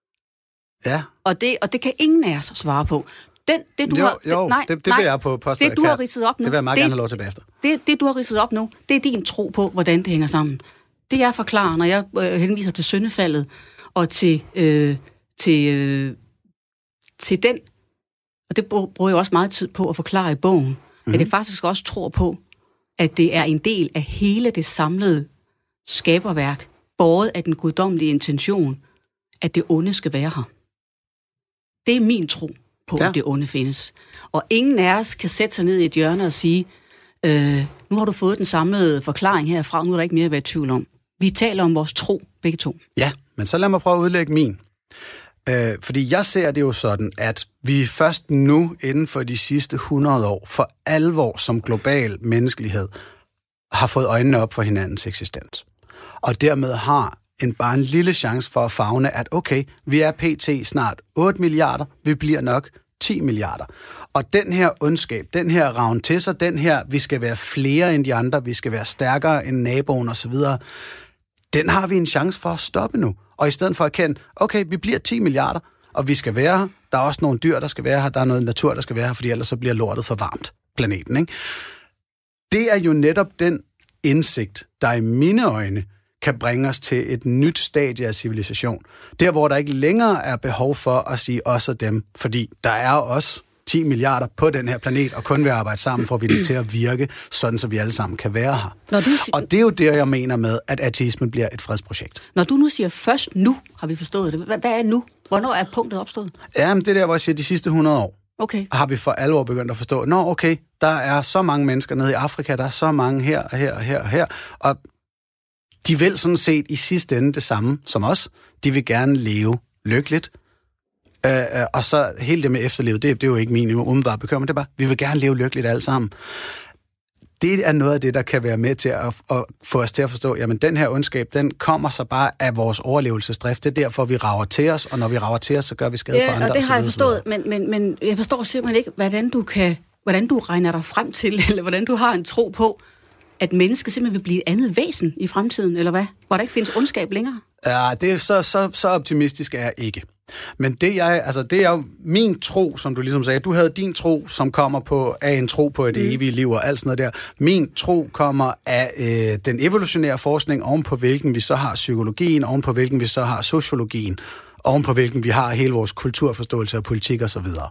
Ja. Og det, og det kan ingen af os svare på. Den, det, du jo, har, jo, det, nej, det, det vil jeg på poster. Det, du har ridset op nu, det vil jeg meget det, gerne have lov til bagefter. Det, det, du har ridset op nu, det er din tro på, hvordan det hænger sammen. Det, jeg forklarer, når jeg øh, henviser til syndefaldet, og til, øh, til, øh, til den, og det bruger jeg også meget tid på at forklare i bogen, mm-hmm. at jeg faktisk også tror på, at det er en del af hele det samlede skaberværk, båret af den guddommelige intention, at det onde skal være her. Det er min tro på, ja. At det onde findes. Og ingen af os kan sætte sig ned i et hjørne og sige, øh, nu har du fået den samlede forklaring herfra, nu er der ikke mere at være i tvivl om. Vi taler om vores tro, begge to. Ja, men så lad mig prøve at udlægge min. Øh, fordi jeg ser det jo sådan, at vi først nu, inden for de sidste hundrede år, for alvor som global menneskelighed, har fået øjnene op for hinandens eksistens. Og dermed har en bare en lille chance for at favne, at okay, vi er pt. Snart otte milliarder, vi bliver nok ti milliarder. Og den her ondskab, den her ravn til sig, den her, vi skal være flere end de andre, vi skal være stærkere end naboen osv., den har vi en chance for at stoppe nu. Og i stedet for at kende, okay, vi bliver ti milliarder, og vi skal være her. Der er også nogle dyr, der skal være her. Der er noget natur, der skal være her, fordi ellers så bliver lortet for varmt, planeten, ikke? Det er jo netop den indsigt, der i mine øjne kan bringe os til et nyt stadie af civilisation. Der, hvor der ikke længere er behov for at sige os og dem, fordi der er også ti milliarder på den her planet, og kun ved at arbejde sammen, får vi det til at virke, sådan så vi alle sammen kan være her. Når du siger... Og det er jo det, jeg mener med, at ateismen bliver et fredsprojekt. Når du nu siger først nu, har vi forstået det. Hvad er nu? Hvornår er punktet opstået? Jamen, det er der, hvor jeg siger, de sidste hundrede år. Okay. Har vi for alvor begyndt at forstå, nå okay, der er så mange mennesker nede i Afrika, der er så mange her og her og her og her, og de vil sådan set i sidste ende det samme som os. De vil gerne leve lykkeligt. Uh, uh, og så helt det med efterlivet, det, det er jo ikke min umiddelbare bekymring, det er bare, vi vil gerne leve lykkeligt alle sammen. Det er noget af det, der kan være med til at, at få os til at forstå, jamen den her ondskab, den kommer så bare af vores overlevelsesdrift. Det er derfor, vi rager til os, og når vi rager til os, så gør vi skade ja, på andre. Ja, og det og har jeg forstået, men, men, men jeg forstår simpelthen ikke, hvordan du kan, hvordan du regner dig frem til, eller hvordan du har en tro på, at mennesket simpelthen vil blive et andet væsen i fremtiden, eller hvad? Hvor der ikke findes ondskab længere? Ja, det er så, så, så optimistisk er jeg ikke. Men det, jeg, altså, det er jo min tro, som du ligesom sagde. Du havde din tro, som kommer på, af en tro på et mm. evige liv og alt sådan noget der. Min tro kommer af øh, den evolutionære forskning, oven på hvilken vi så har psykologien, oven på hvilken vi så har sociologien, oven på hvilken vi har hele vores kulturforståelse og politik og så videre.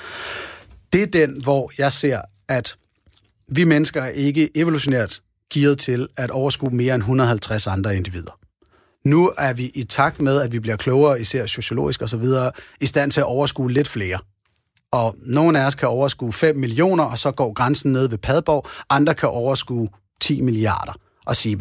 Det er den, hvor jeg ser, at vi mennesker er ikke evolutionært gearet til at overskue mere end et hundrede og halvtreds andre individer. Nu er vi i takt med, at vi bliver klogere, især sociologisk og så videre, i stand til at overskue lidt flere. Og nogle af os kan overskue fem millioner, og så går grænsen ned ved Padborg. Andre kan overskue ti milliarder og sige, hvad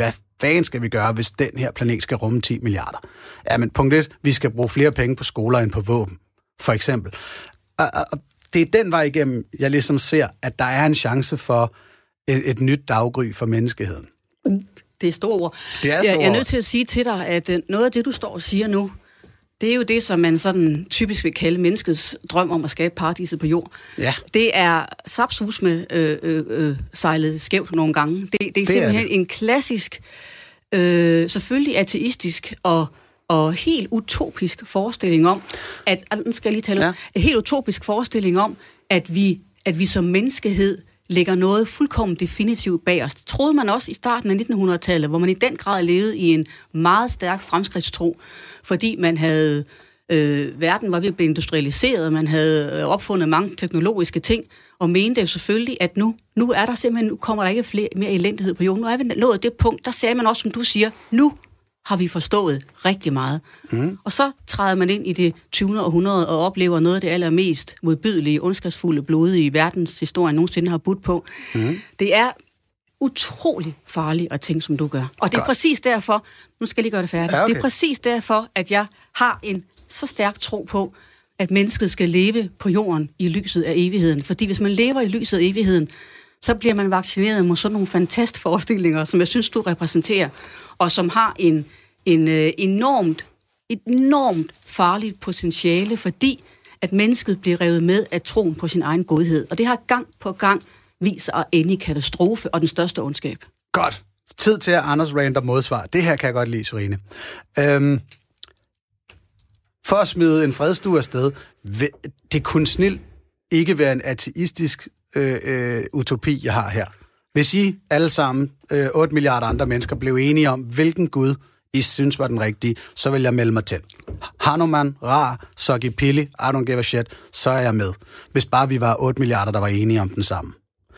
fanden skal vi gøre, hvis den her planet skal rumme ti milliarder? Ja, men punkt et, vi skal bruge flere penge på skoler end på våben, for eksempel. Og, og det er den vej igennem, jeg ligesom ser, at der er en chance for et, et nyt daggry for menneskeheden. Det er store ord. Det er store jeg, jeg er nødt til at sige til dig, at noget af det, du står og siger nu, det er jo det, som man sådan typisk vil kalde menneskets drøm om at skabe paradiset på jord. Ja. Det er sapsus med øh, øh, øh, sejlet skævt nogle gange. Det, det er det simpelthen er det. en klassisk, øh, selvfølgelig ateistisk og, og helt utopisk forestilling om, at, nu skal jeg lige tale ja. en helt utopisk forestilling om, at vi, at vi som menneskehed lægger noget fuldkommen definitivt bag os. Det troede man også i starten af nittenhundredetallet, hvor man i den grad levede i en meget stærk fremskridtstro, fordi man havde, øh, verden var ved at blive industrialiseret, man havde opfundet mange teknologiske ting, og mente jo selvfølgelig, at nu, nu er der simpelthen, nu kommer der ikke flere, mere elendighed på jorden. Nu er vi nået det punkt, der sagde man også, som du siger, nu har vi forstået rigtig meget. Mm. Og så træder man ind i det tyvende århundrede og oplever noget af det allermest modbydelige, ondskabsfulde, blodige verdenshistorien nogensinde har budt på. Mm. Det er utrolig farligt at tænke, som du gør. Og det er Godt. præcis derfor, nu skal jeg lige gøre det færdigt, ja, okay. det er præcis derfor, at jeg har en så stærk tro på, at mennesket skal leve på jorden i lyset af evigheden. Fordi hvis man lever i lyset af evigheden, så bliver man vaccineret mod sådan nogle fantastiske forestillinger, som jeg synes, du repræsenterer, og som har en, en øh, enormt, et enormt farligt potentiale, fordi at mennesket bliver revet med af troen på sin egen godhed. Og det har gang på gang vist sig at ende i katastrofe og den største ondskab. Godt. Tid til at Anders rander modsvar. Det her kan jeg godt lide, Sørine. Øhm, for at smide en fredstue afsted, det kunne snilt ikke være en ateistisk øh, øh, utopi, jeg har her. Hvis I alle sammen, øh, otte milliarder andre mennesker, blev enige om, hvilken Gud I synes var den rigtige, så vil jeg melde mig til. Hanuman, Ra, Sogi Pili, I don't give a shit, så er jeg med. Hvis bare vi var otte milliarder, der var enige om den samme.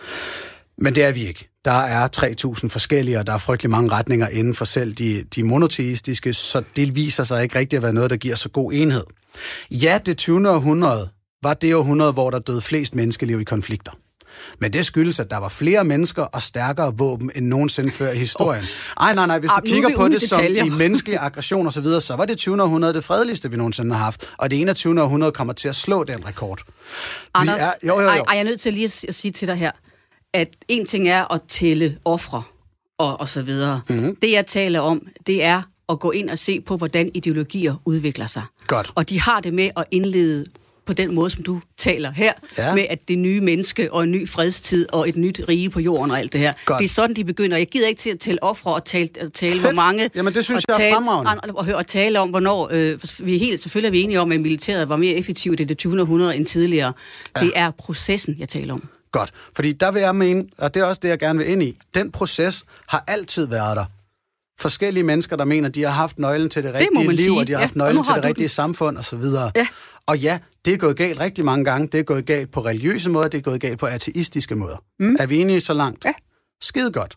Men det er vi ikke. Der er tre tusind forskellige, og der er frygtelig mange retninger inden for selv de, de monoteistiske, så det viser sig ikke rigtigt at være noget, der giver så god enhed. Ja, det tyvende århundrede var det århundrede, hvor der døde flest menneskeliv i konflikter. Men det skyldes, at der var flere mennesker og stærkere våben end nogensinde før i historien. Oh. Ej, nej, nej, hvis du kigger på det som i menneskelig aggression og så videre, så var det tyvende århundrede det fredeligste, vi nogensinde har haft. Og det enogtyvende århundrede kommer til at slå den rekord. Anders, vi er, jo, jo, jo. Ej, ej, jeg er nødt til lige at sige til dig her, at en ting er at tælle ofre og, og så videre. Mm-hmm. Det, jeg taler om, det er at gå ind og se på, hvordan ideologier udvikler sig. Godt. Og de har det med at indlede på den måde, som du taler her, ja. med at det nye menneske og en ny fredstid og et nyt rige på jorden og alt det her. Godt. Det er sådan, de begynder. Jeg gider ikke til at tælle ofre og tale, tale hvor mange. Jamen, det synes jeg er fremragende. Og, og, og tale om, hvornår... Øh, vi er helt, selvfølgelig er vi enige om, at militæret var mere effektivt i det tyvende århundrede end tidligere. Ja. Det er processen, jeg taler om. Godt, fordi der vil jeg mene, og det er også det, jeg gerne vil ind i, den proces har altid været der. Forskellige mennesker, der mener, de har haft nøglen til det rigtige det liv, sige. og de har haft ja, nøglen til det rigtige den. samfund osv. Ja. Og ja, det er gået galt rigtig mange gange. Det er gået galt på religiøse måder, det er gået galt på ateistiske måder. Mm. Er vi enige så langt? Ja. Skide godt.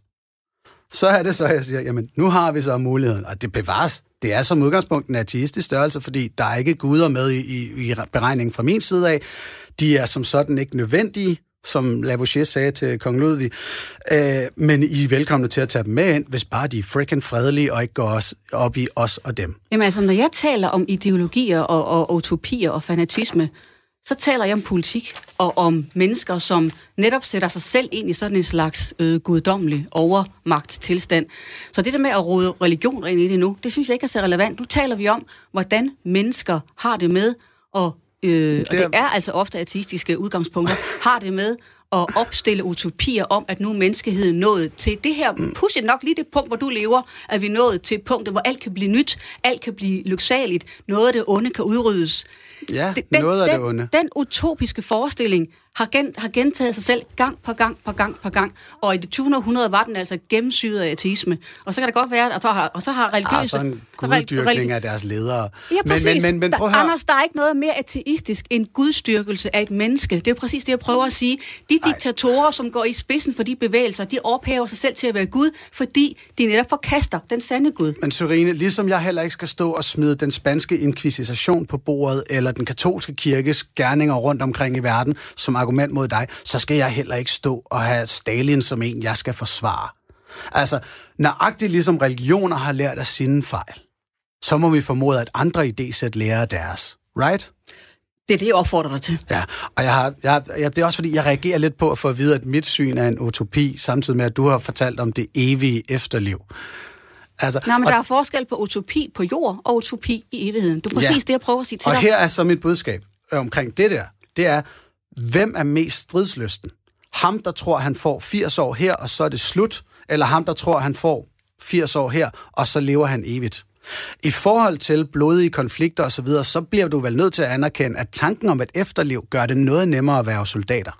Så er det så, jeg siger, jamen nu har vi så muligheden, og det bevares. Det er som udgangspunkt en ateistisk størrelse, fordi der er ikke guder med i, i, i beregningen fra min side af. De er som sådan ikke nødvendige, som Lavoisier sagde til kong Ludvig, øh, men I er velkomne til at tage dem med ind, hvis bare de er frickin' fredelige og ikke går os op i os og dem. Jamen altså, når jeg taler om ideologier og, og utopier og fanatisme, så taler jeg om politik og om mennesker, som netop sætter sig selv ind i sådan en slags øh, guddommelig overmagtstilstand. Så det der med at rode religion ind i det nu, det synes jeg ikke er så relevant. Nu taler vi om, hvordan mennesker har det med at Øh, det, og det er altså ofte ateistiske udgangspunkter, har det med at opstille utopier om, at nu er menneskeheden nået til det her, mm. pudsigt nok lige det punkt, hvor du lever, at vi er nået til punktet, hvor alt kan blive nyt, alt kan blive lyksaligt, noget af det onde kan udryddes. Ja, den, noget af den, det onde. Den utopiske forestilling har, gen, har gentaget sig selv gang på gang på gang på gang, og i det tyvende århundrede var den altså gennemsyret af ateisme. Og så kan det godt være, at så har, og så har religiøse... Ah, så en guddyrkning af deres ledere. Ja, præcis. Men, men, men, prøv der, Anders, der er ikke noget mere ateistisk end gudstyrkelse af et menneske. Det er jo præcis det, jeg prøver at sige. De diktatorer, Ej. som går i spidsen for de bevægelser, de ophæver sig selv til at være Gud, fordi de netop forkaster den sande Gud. Men Sørine, ligesom jeg heller ikke skal stå og smide den spanske inkvisition på bordet, eller den katolske kirkes gerninger rundt omkring i verden som argument mod dig, så skal jeg heller ikke stå og have Stalin som en, jeg skal forsvare. Altså, nøjagtigt ligesom religioner har lært af sine fejl, så må vi formode, at andre idésæt lærer deres. Right? Det er det, jeg opfordrer dig til. Ja, og jeg har, jeg, jeg, det er også fordi, jeg reagerer lidt på at få at vide, at mit syn er en utopi, samtidig med, at du har fortalt om det evige efterliv. Altså, Nej, men og, der er forskel på utopi på jord og utopi i evigheden. Du er præcis ja. det, jeg prøver at sige til og dig. Og her er så mit budskab omkring det der. Det er, hvem er mest stridslysten? Ham, der tror, han får firs år her, og så er det slut, eller ham, der tror, han får firs år her, og så lever han evigt. I forhold til blodige konflikter osv., så, så bliver du vel nødt til at anerkende, at tanken om et efterliv gør det noget nemmere at være soldater.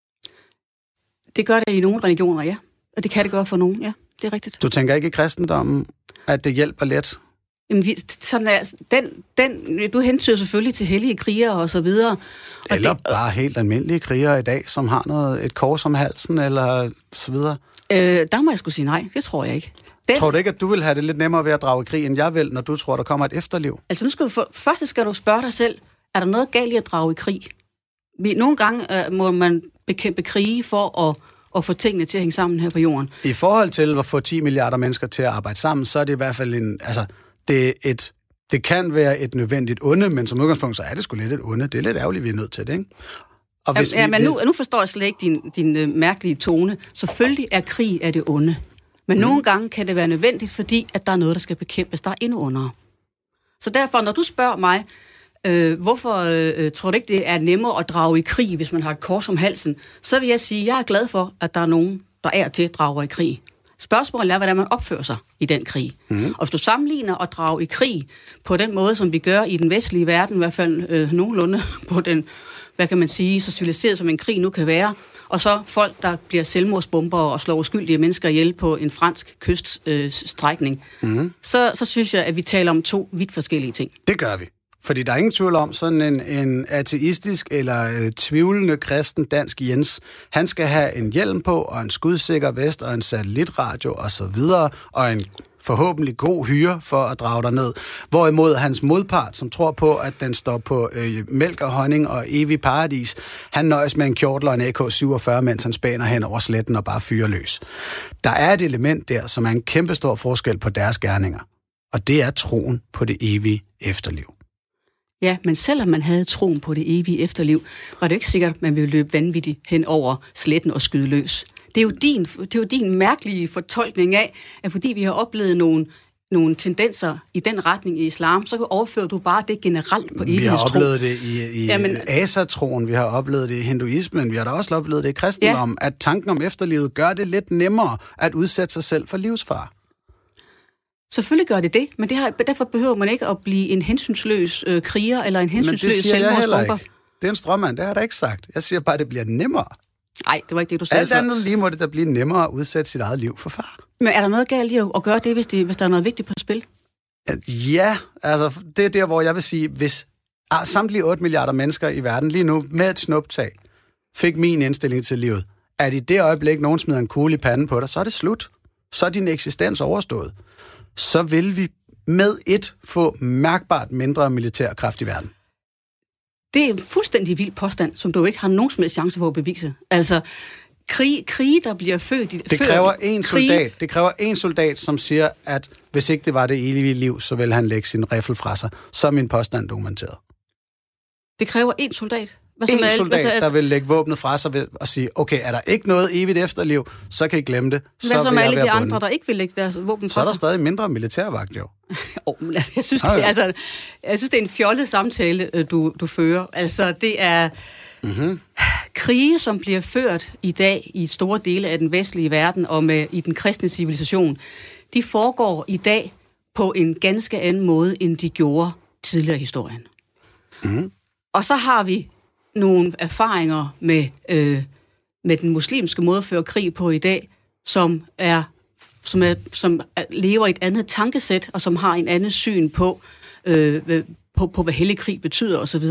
Det gør det i nogle religioner, ja. Og det kan det gøre for nogen, ja. Det er rigtigt. Du tænker ikke i kristendommen, at det hjælper lidt? Jamen, vi, sådan er, den, den, du hensyder selvfølgelig til hellige krigere og så videre. Og eller det, bare helt almindelige krigere i dag, som har noget, et kors om halsen, eller så videre? Øh, der må jeg sgu sige nej, det tror jeg ikke. Den, tror du ikke, at du vil have det lidt nemmere ved at drage i krig, end jeg vil, når du tror, der kommer et efterliv? Altså nu skal du for, først skal du spørge dig selv, er der noget galt i at drage i krig? Vi, nogle gange øh, må man bekæmpe krige for at, at få tingene til at hænge sammen her på jorden. I forhold til at få ti milliarder mennesker til at arbejde sammen, så er det i hvert fald en... Altså, det, er et, det kan være et nødvendigt onde, men som udgangspunkt, så er det sgu lidt et onde. Det er lidt ærgerligt, vi er nødt til det, ikke? Og hvis ja, vi, men nu, nu forstår jeg slet ikke din, din uh, mærkelige tone. Selvfølgelig er krig af det onde. Men mm. nogle gange kan det være nødvendigt, fordi at der er noget, der skal bekæmpes, der er endnu ondere. Så derfor, når du spørger mig, øh, hvorfor øh, tror du ikke, det er nemmere at drage i krig, hvis man har et kors om halsen, så vil jeg sige, at jeg er glad for, at der er nogen, der er til drager i krig. Spørgsmålet er, hvordan man opfører sig i den krig. Mm. Og hvis du sammenligner at drage i krig på den måde, som vi gør i den vestlige verden, i hvert fald øh, nogenlunde på den, hvad kan man sige, så civiliseret som en krig nu kan være, og så folk, der bliver selvmordsbomber og slår uskyldige mennesker ihjel på en fransk kyststrækning, øh, mm. så, så synes jeg, at vi taler om to vidt forskellige ting. Det gør vi. Fordi der er ingen tvivl om, sådan en, en ateistisk eller øh, tvivlende kristen dansk Jens, han skal have en hjelm på, og en skudsikker vest, og en satellitradio og så videre, og en forhåbentlig god hyre for at drage dig ned. Hvorimod hans modpart, som tror på, at den står på øh, mælk og honning og evig paradis, han nøjes med en kjortel og en A K syvogfyrre, mens han spænder hen over sletten og bare fyrer løs. Der er et element der, som er en kæmpestor forskel på deres gerninger, og det er troen på det evige efterliv. Ja, men selvom man havde troen på det evige efterliv, var det ikke sikkert, at man ville løbe vanvittigt hen over sletten og skyde løs. Det er jo din, det er jo din mærkelige fortolkning af, at fordi vi har oplevet nogle, nogle tendenser i den retning i islam, så overfører du bare det generelt på evighedstro. Vi har oplevet det i, i Jamen, asatroen, vi har oplevet det i hinduismen, vi har da også oplevet det i kristendommen, ja. At tanken om efterlivet gør det lidt nemmere at udsætte sig selv for livsfare. Selvfølgelig gør det det, men det har, derfor behøver man ikke at blive en hensynsløs øh, kriger eller en hensynsløs selvmordsbomber. Det er en strømmand, det har jeg da ikke sagt. Jeg siger bare, at det bliver nemmere. Nej, det var ikke det, du sagde. Alt andet lige må det da blive nemmere at udsætte sit eget liv for far. Men er der noget galt i at gøre det, hvis, det, hvis der er noget vigtigt på spil? Ja, altså det er der, hvor jeg vil sige, hvis ah, samtlige otte milliarder mennesker i verden lige nu med et snuptag fik min indstilling til livet, at i det øjeblik, nogen smider en kugle i panden på dig, så er det slut. Så er din eksistens overstået. Så vil vi med et få mærkbart mindre militærkraft i verden. Det er en fuldstændig vild påstand, som du ikke har nogen som helst chance for at bevise. Altså, krig, krige, der bliver født i... Det kræver en soldat, det kræver en soldat, som siger, at hvis ikke det var det evige liv, så vil han lægge sin riffel fra sig. Så er min påstand dokumenteret. Det kræver en soldat? Hvad en soldat, alt, der vil lægge våbnet fra sig og sige, okay, er der ikke noget evigt efterliv, så kan I glemme det. Hvad så, så med alle de andre, der ikke vil lægge deres våben fra sig? Så er der stadig mindre militærvagt, jo. oh, jeg, synes, det, altså, jeg synes, det er en fjollet samtale, du, du fører. Altså, det er mm-hmm. krige, som bliver ført i dag i store dele af den vestlige verden og med, i den kristne civilisation. De foregår i dag på en ganske anden måde, end de gjorde tidligere i historien. Mm-hmm. Og så har vi nogle erfaringer med, øh, med den muslimske måde at føre krig på i dag, som er som, er, som er, lever i et andet tankesæt, og som har en anden syn på, øh, på, på hvad hellig krig betyder osv.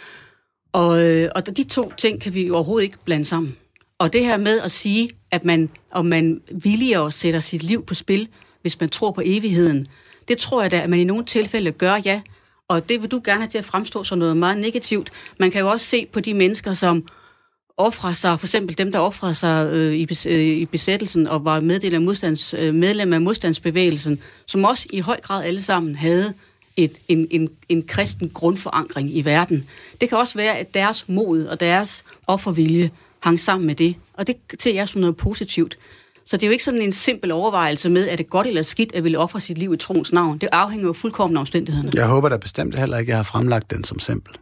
Og, øh, og de to ting kan vi overhovedet ikke blande sammen. Og det her med at sige, at man, om man villigere sætter sit liv på spil, hvis man tror på evigheden, det tror jeg da, at man i nogle tilfælde gør, ja. Og det vil du gerne have til at fremstå som noget meget negativt. Man kan jo også se på de mennesker, som offre sig, for eksempel dem, der offrede sig øh, i, bes, øh, i besættelsen og var meddel af modstands, øh, medlem af modstandsbevægelsen, som også i høj grad alle sammen havde et, en, en, en kristen grundforankring i verden. Det kan også være, at deres mod og deres offervilje hang sammen med det, og det ser jeg som noget positivt. Så det er jo ikke sådan en simpel overvejelse med, at det er godt eller skidt at ville ofre sit liv i troens navn. Det afhænger jo fuldkommen af omstændighederne. Jeg håber da bestemt heller ikke, at jeg har fremlagt den som simpel.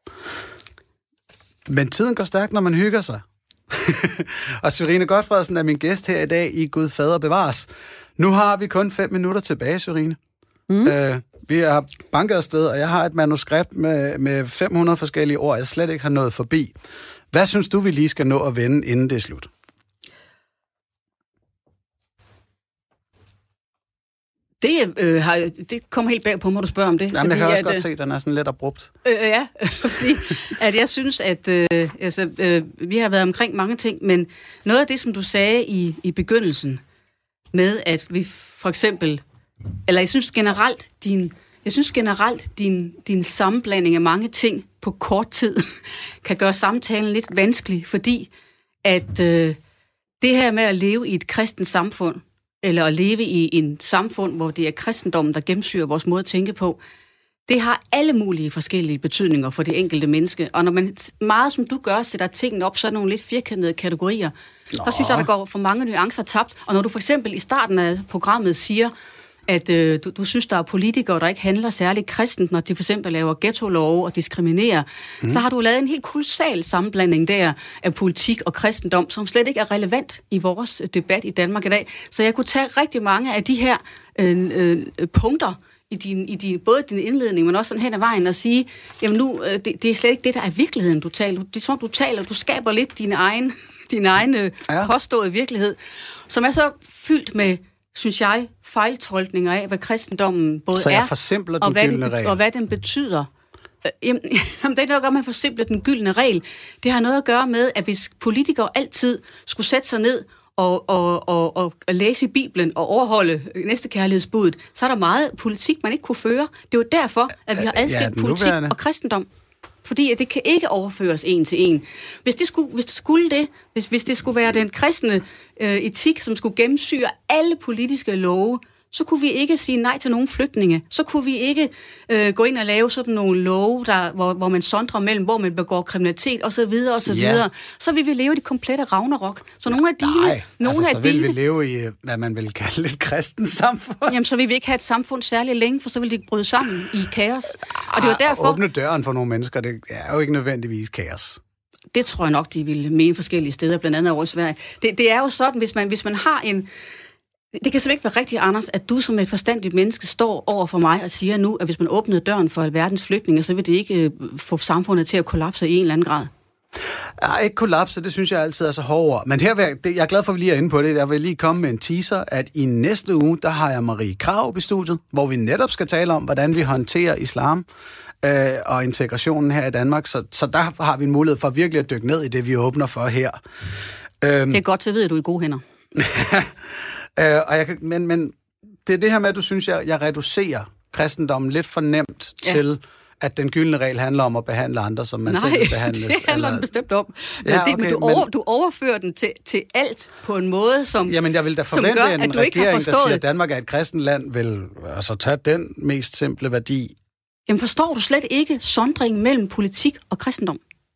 Men tiden går stærkt, når man hygger sig. Og Sørine Gotfredsen er min gæst her i dag i Gud Fader Bevares. Nu har vi kun fem minutter tilbage, Sørine. Mm. Øh, vi har banket afsted, og jeg har et manuskript med, med fem hundrede forskellige ord, jeg slet ikke har nået forbi. Hvad synes du, vi lige skal nå at vende, inden det er slut? Det, øh, har, det kommer helt bag på mig, du spørger om det. Jamen, jeg kan også at, godt se, at den er sådan lidt abrupt. Øh, ja, fordi at jeg synes, at øh, altså, øh, vi har været omkring mange ting, men noget af det, som du sagde i, i begyndelsen, med at vi for eksempel, eller jeg synes generelt, din, jeg synes generelt, din, din sammenblanding af mange ting på kort tid, kan gøre samtalen lidt vanskelig, fordi at øh, det her med at leve i et kristent samfund, eller at leve i en samfund, hvor det er kristendommen, der gennemsyrer vores måde at tænke på, det har alle mulige forskellige betydninger for det enkelte menneske. Og når man meget, som du gør, sætter tingene op, så er nogle lidt firkantede kategorier, Nå. så synes jeg, der går for mange nuancer tabt. Og når du for eksempel i starten af programmet siger, at øh, du, du synes, der er politikere, der ikke handler særligt kristent, når de for eksempel laver ghetto-love og diskriminerer, mm. så har du lavet en helt kolossal sammenblanding der af politik og kristendom, som slet ikke er relevant i vores debat i Danmark i dag. Så jeg kunne tage rigtig mange af de her øh, øh, punkter, i din, i din, både din indledning, men også sådan hen ad vejen, og sige, jamen nu, øh, det, det er slet ikke det, der er virkeligheden, du taler. Det er som du taler, du skaber lidt din egen, din egen øh, ja. påståede virkelighed, som er så fyldt med, synes jeg, fejltolkninger af, hvad kristendommen både så jeg er, forsimpler den og, hvad gyldne den, regel. og hvad den betyder. Jamen, det er noget at gøre med at forsimple den gyldne regel. Det har noget at gøre med, at hvis politikere altid skulle sætte sig ned og, og, og, og læse i Bibelen og overholde næstekærlighedsbuddet, så er der meget politik, man ikke kunne føre. Det er jo derfor, at vi har adskilt ja, politik nuværende. og kristendom. Fordi at det kan ikke overføres en til en. Hvis det skulle, hvis det, skulle det, hvis, hvis det skulle være den kristne øh, etik, som skulle gennemsyre alle politiske love, så kunne vi ikke sige nej til nogen flygtninge. Så kunne vi ikke øh, gå ind og lave sådan nogle love, der, hvor, hvor man sondrer mellem, hvor man begår kriminalitet osv. osv. Ja. Så vil vi leve i det komplette ragnarok. Så nogle af dine... Nej, nogle altså, af så vil dine, vi leve i, hvad man vil kalde et kristent samfund. Jamen, så vil vi ikke have et samfund særlig længe, for så vil det bryde sammen i kaos. Og det er jo derfor... Åbne døren for nogle mennesker, det er jo ikke nødvendigvis kaos. Det tror jeg nok, de vil mene forskellige steder, blandt andet over i Sverige. Det, det er jo sådan, hvis man, hvis man har en... Det kan så ikke være rigtigt, Anders, at du som et forstandigt menneske står over for mig og siger nu, at hvis man åbnede døren for alverdens flygtninge, så vil det ikke få samfundet til at kollapse i en eller anden grad. Ja, ikke kollapse, det synes jeg altid er så hårdere. Men her vil jeg, det, jeg er glad for, at vi lige er inde på det. Jeg vil lige komme med en teaser, at i næste uge, der har jeg Marie Krarup i studiet, hvor vi netop skal tale om, hvordan vi håndterer islam øh, og integrationen her i Danmark. Så, så der har vi en mulighed for virkelig at dykke ned i det, vi åbner for her. Øhm, det er godt til at vide, at du er i gode hænder. Øh, og jeg kan, men, men det er det her med, at du synes, jeg, jeg reducerer kristendommen lidt for nemt ja. til, at den gyldne regel handler om at behandle andre, som man Nej, selv vil behandles. Nej, det handler den bestemt om. Men, ja, det, okay, men, du, over, men du overfører den til, til alt på en måde, som Jamen, jeg vil da forvente, gør, at en at regering, der siger, at Danmark er et kristent land, vil altså tage den mest simple værdi. Jamen, forstår du slet ikke sondringen mellem politik og kristendom?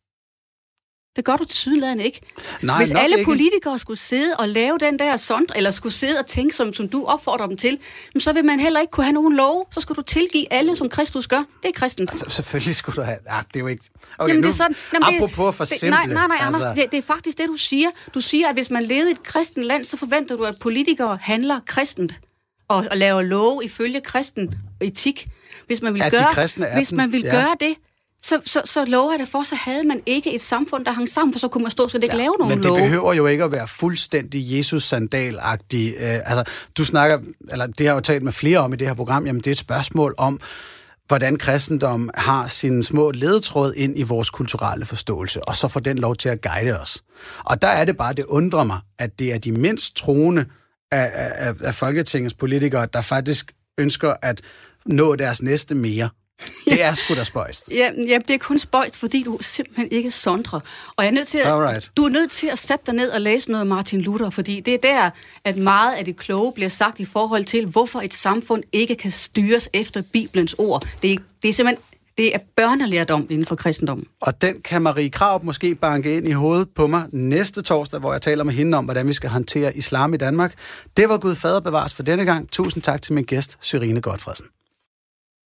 Det gør du tilsyneladende ikke. Nej, Hvis alle ikke. politikere skulle sidde og lave den der sondring, eller skulle sidde og tænke, som, som du opfordrer dem til, så vil man heller ikke kunne have nogen lov. Så skulle du tilgive alle, som Kristus gør. Det er kristent. Altså, selvfølgelig skulle du have... Ah, det er jo ikke... Okay, jamen, nu, det er sådan, jamen, apropos for simple... Nej, nej, nej, altså. Anders, det, det er faktisk det, du siger. Du siger, at hvis man levede i et kristent land, så forventer du, at politikere handler kristent og, og laver love ifølge kristen etik. Hvis man vil, at gøre, hvis man vil ja. gøre det, Så, så, så lover jeg derfor, så havde man ikke et samfund, der hang sammen, for så kunne man stå, så det ikke ja, lave nogen love. Men det love. behøver jo ikke at være fuldstændig Jesus-sandal-agtig. Øh, altså, du snakker, eller det har jeg jo talt med flere om i det her program, jamen det er et spørgsmål om, hvordan kristendom har sine små ledetråd ind i vores kulturelle forståelse, og så får den lov til at guide os. Og der er det bare, det undrer mig, at det er de mindst troende af, af, af Folketingets politikere, der faktisk ønsker at nå deres næste mere. Det er sgu da spøjst. Ja, ja, det er kun spøjst, fordi du simpelthen ikke sondrer. Og jeg er nødt til at, Alright. du er nødt til at sætte dig ned og læse noget af Martin Luther, fordi det er der, at meget af det kloge bliver sagt i forhold til, hvorfor et samfund ikke kan styres efter Bibelens ord. Det er, det er simpelthen det er børnelærdom inden for kristendommen. Og den kan Marie Krarup måske banke ind i hovedet på mig næste torsdag, hvor jeg taler med hende om, hvordan vi skal håndtere islam i Danmark. Det var Gud fader bevares for denne gang. Tusind tak til min gæst, Sørine Gotfredsen.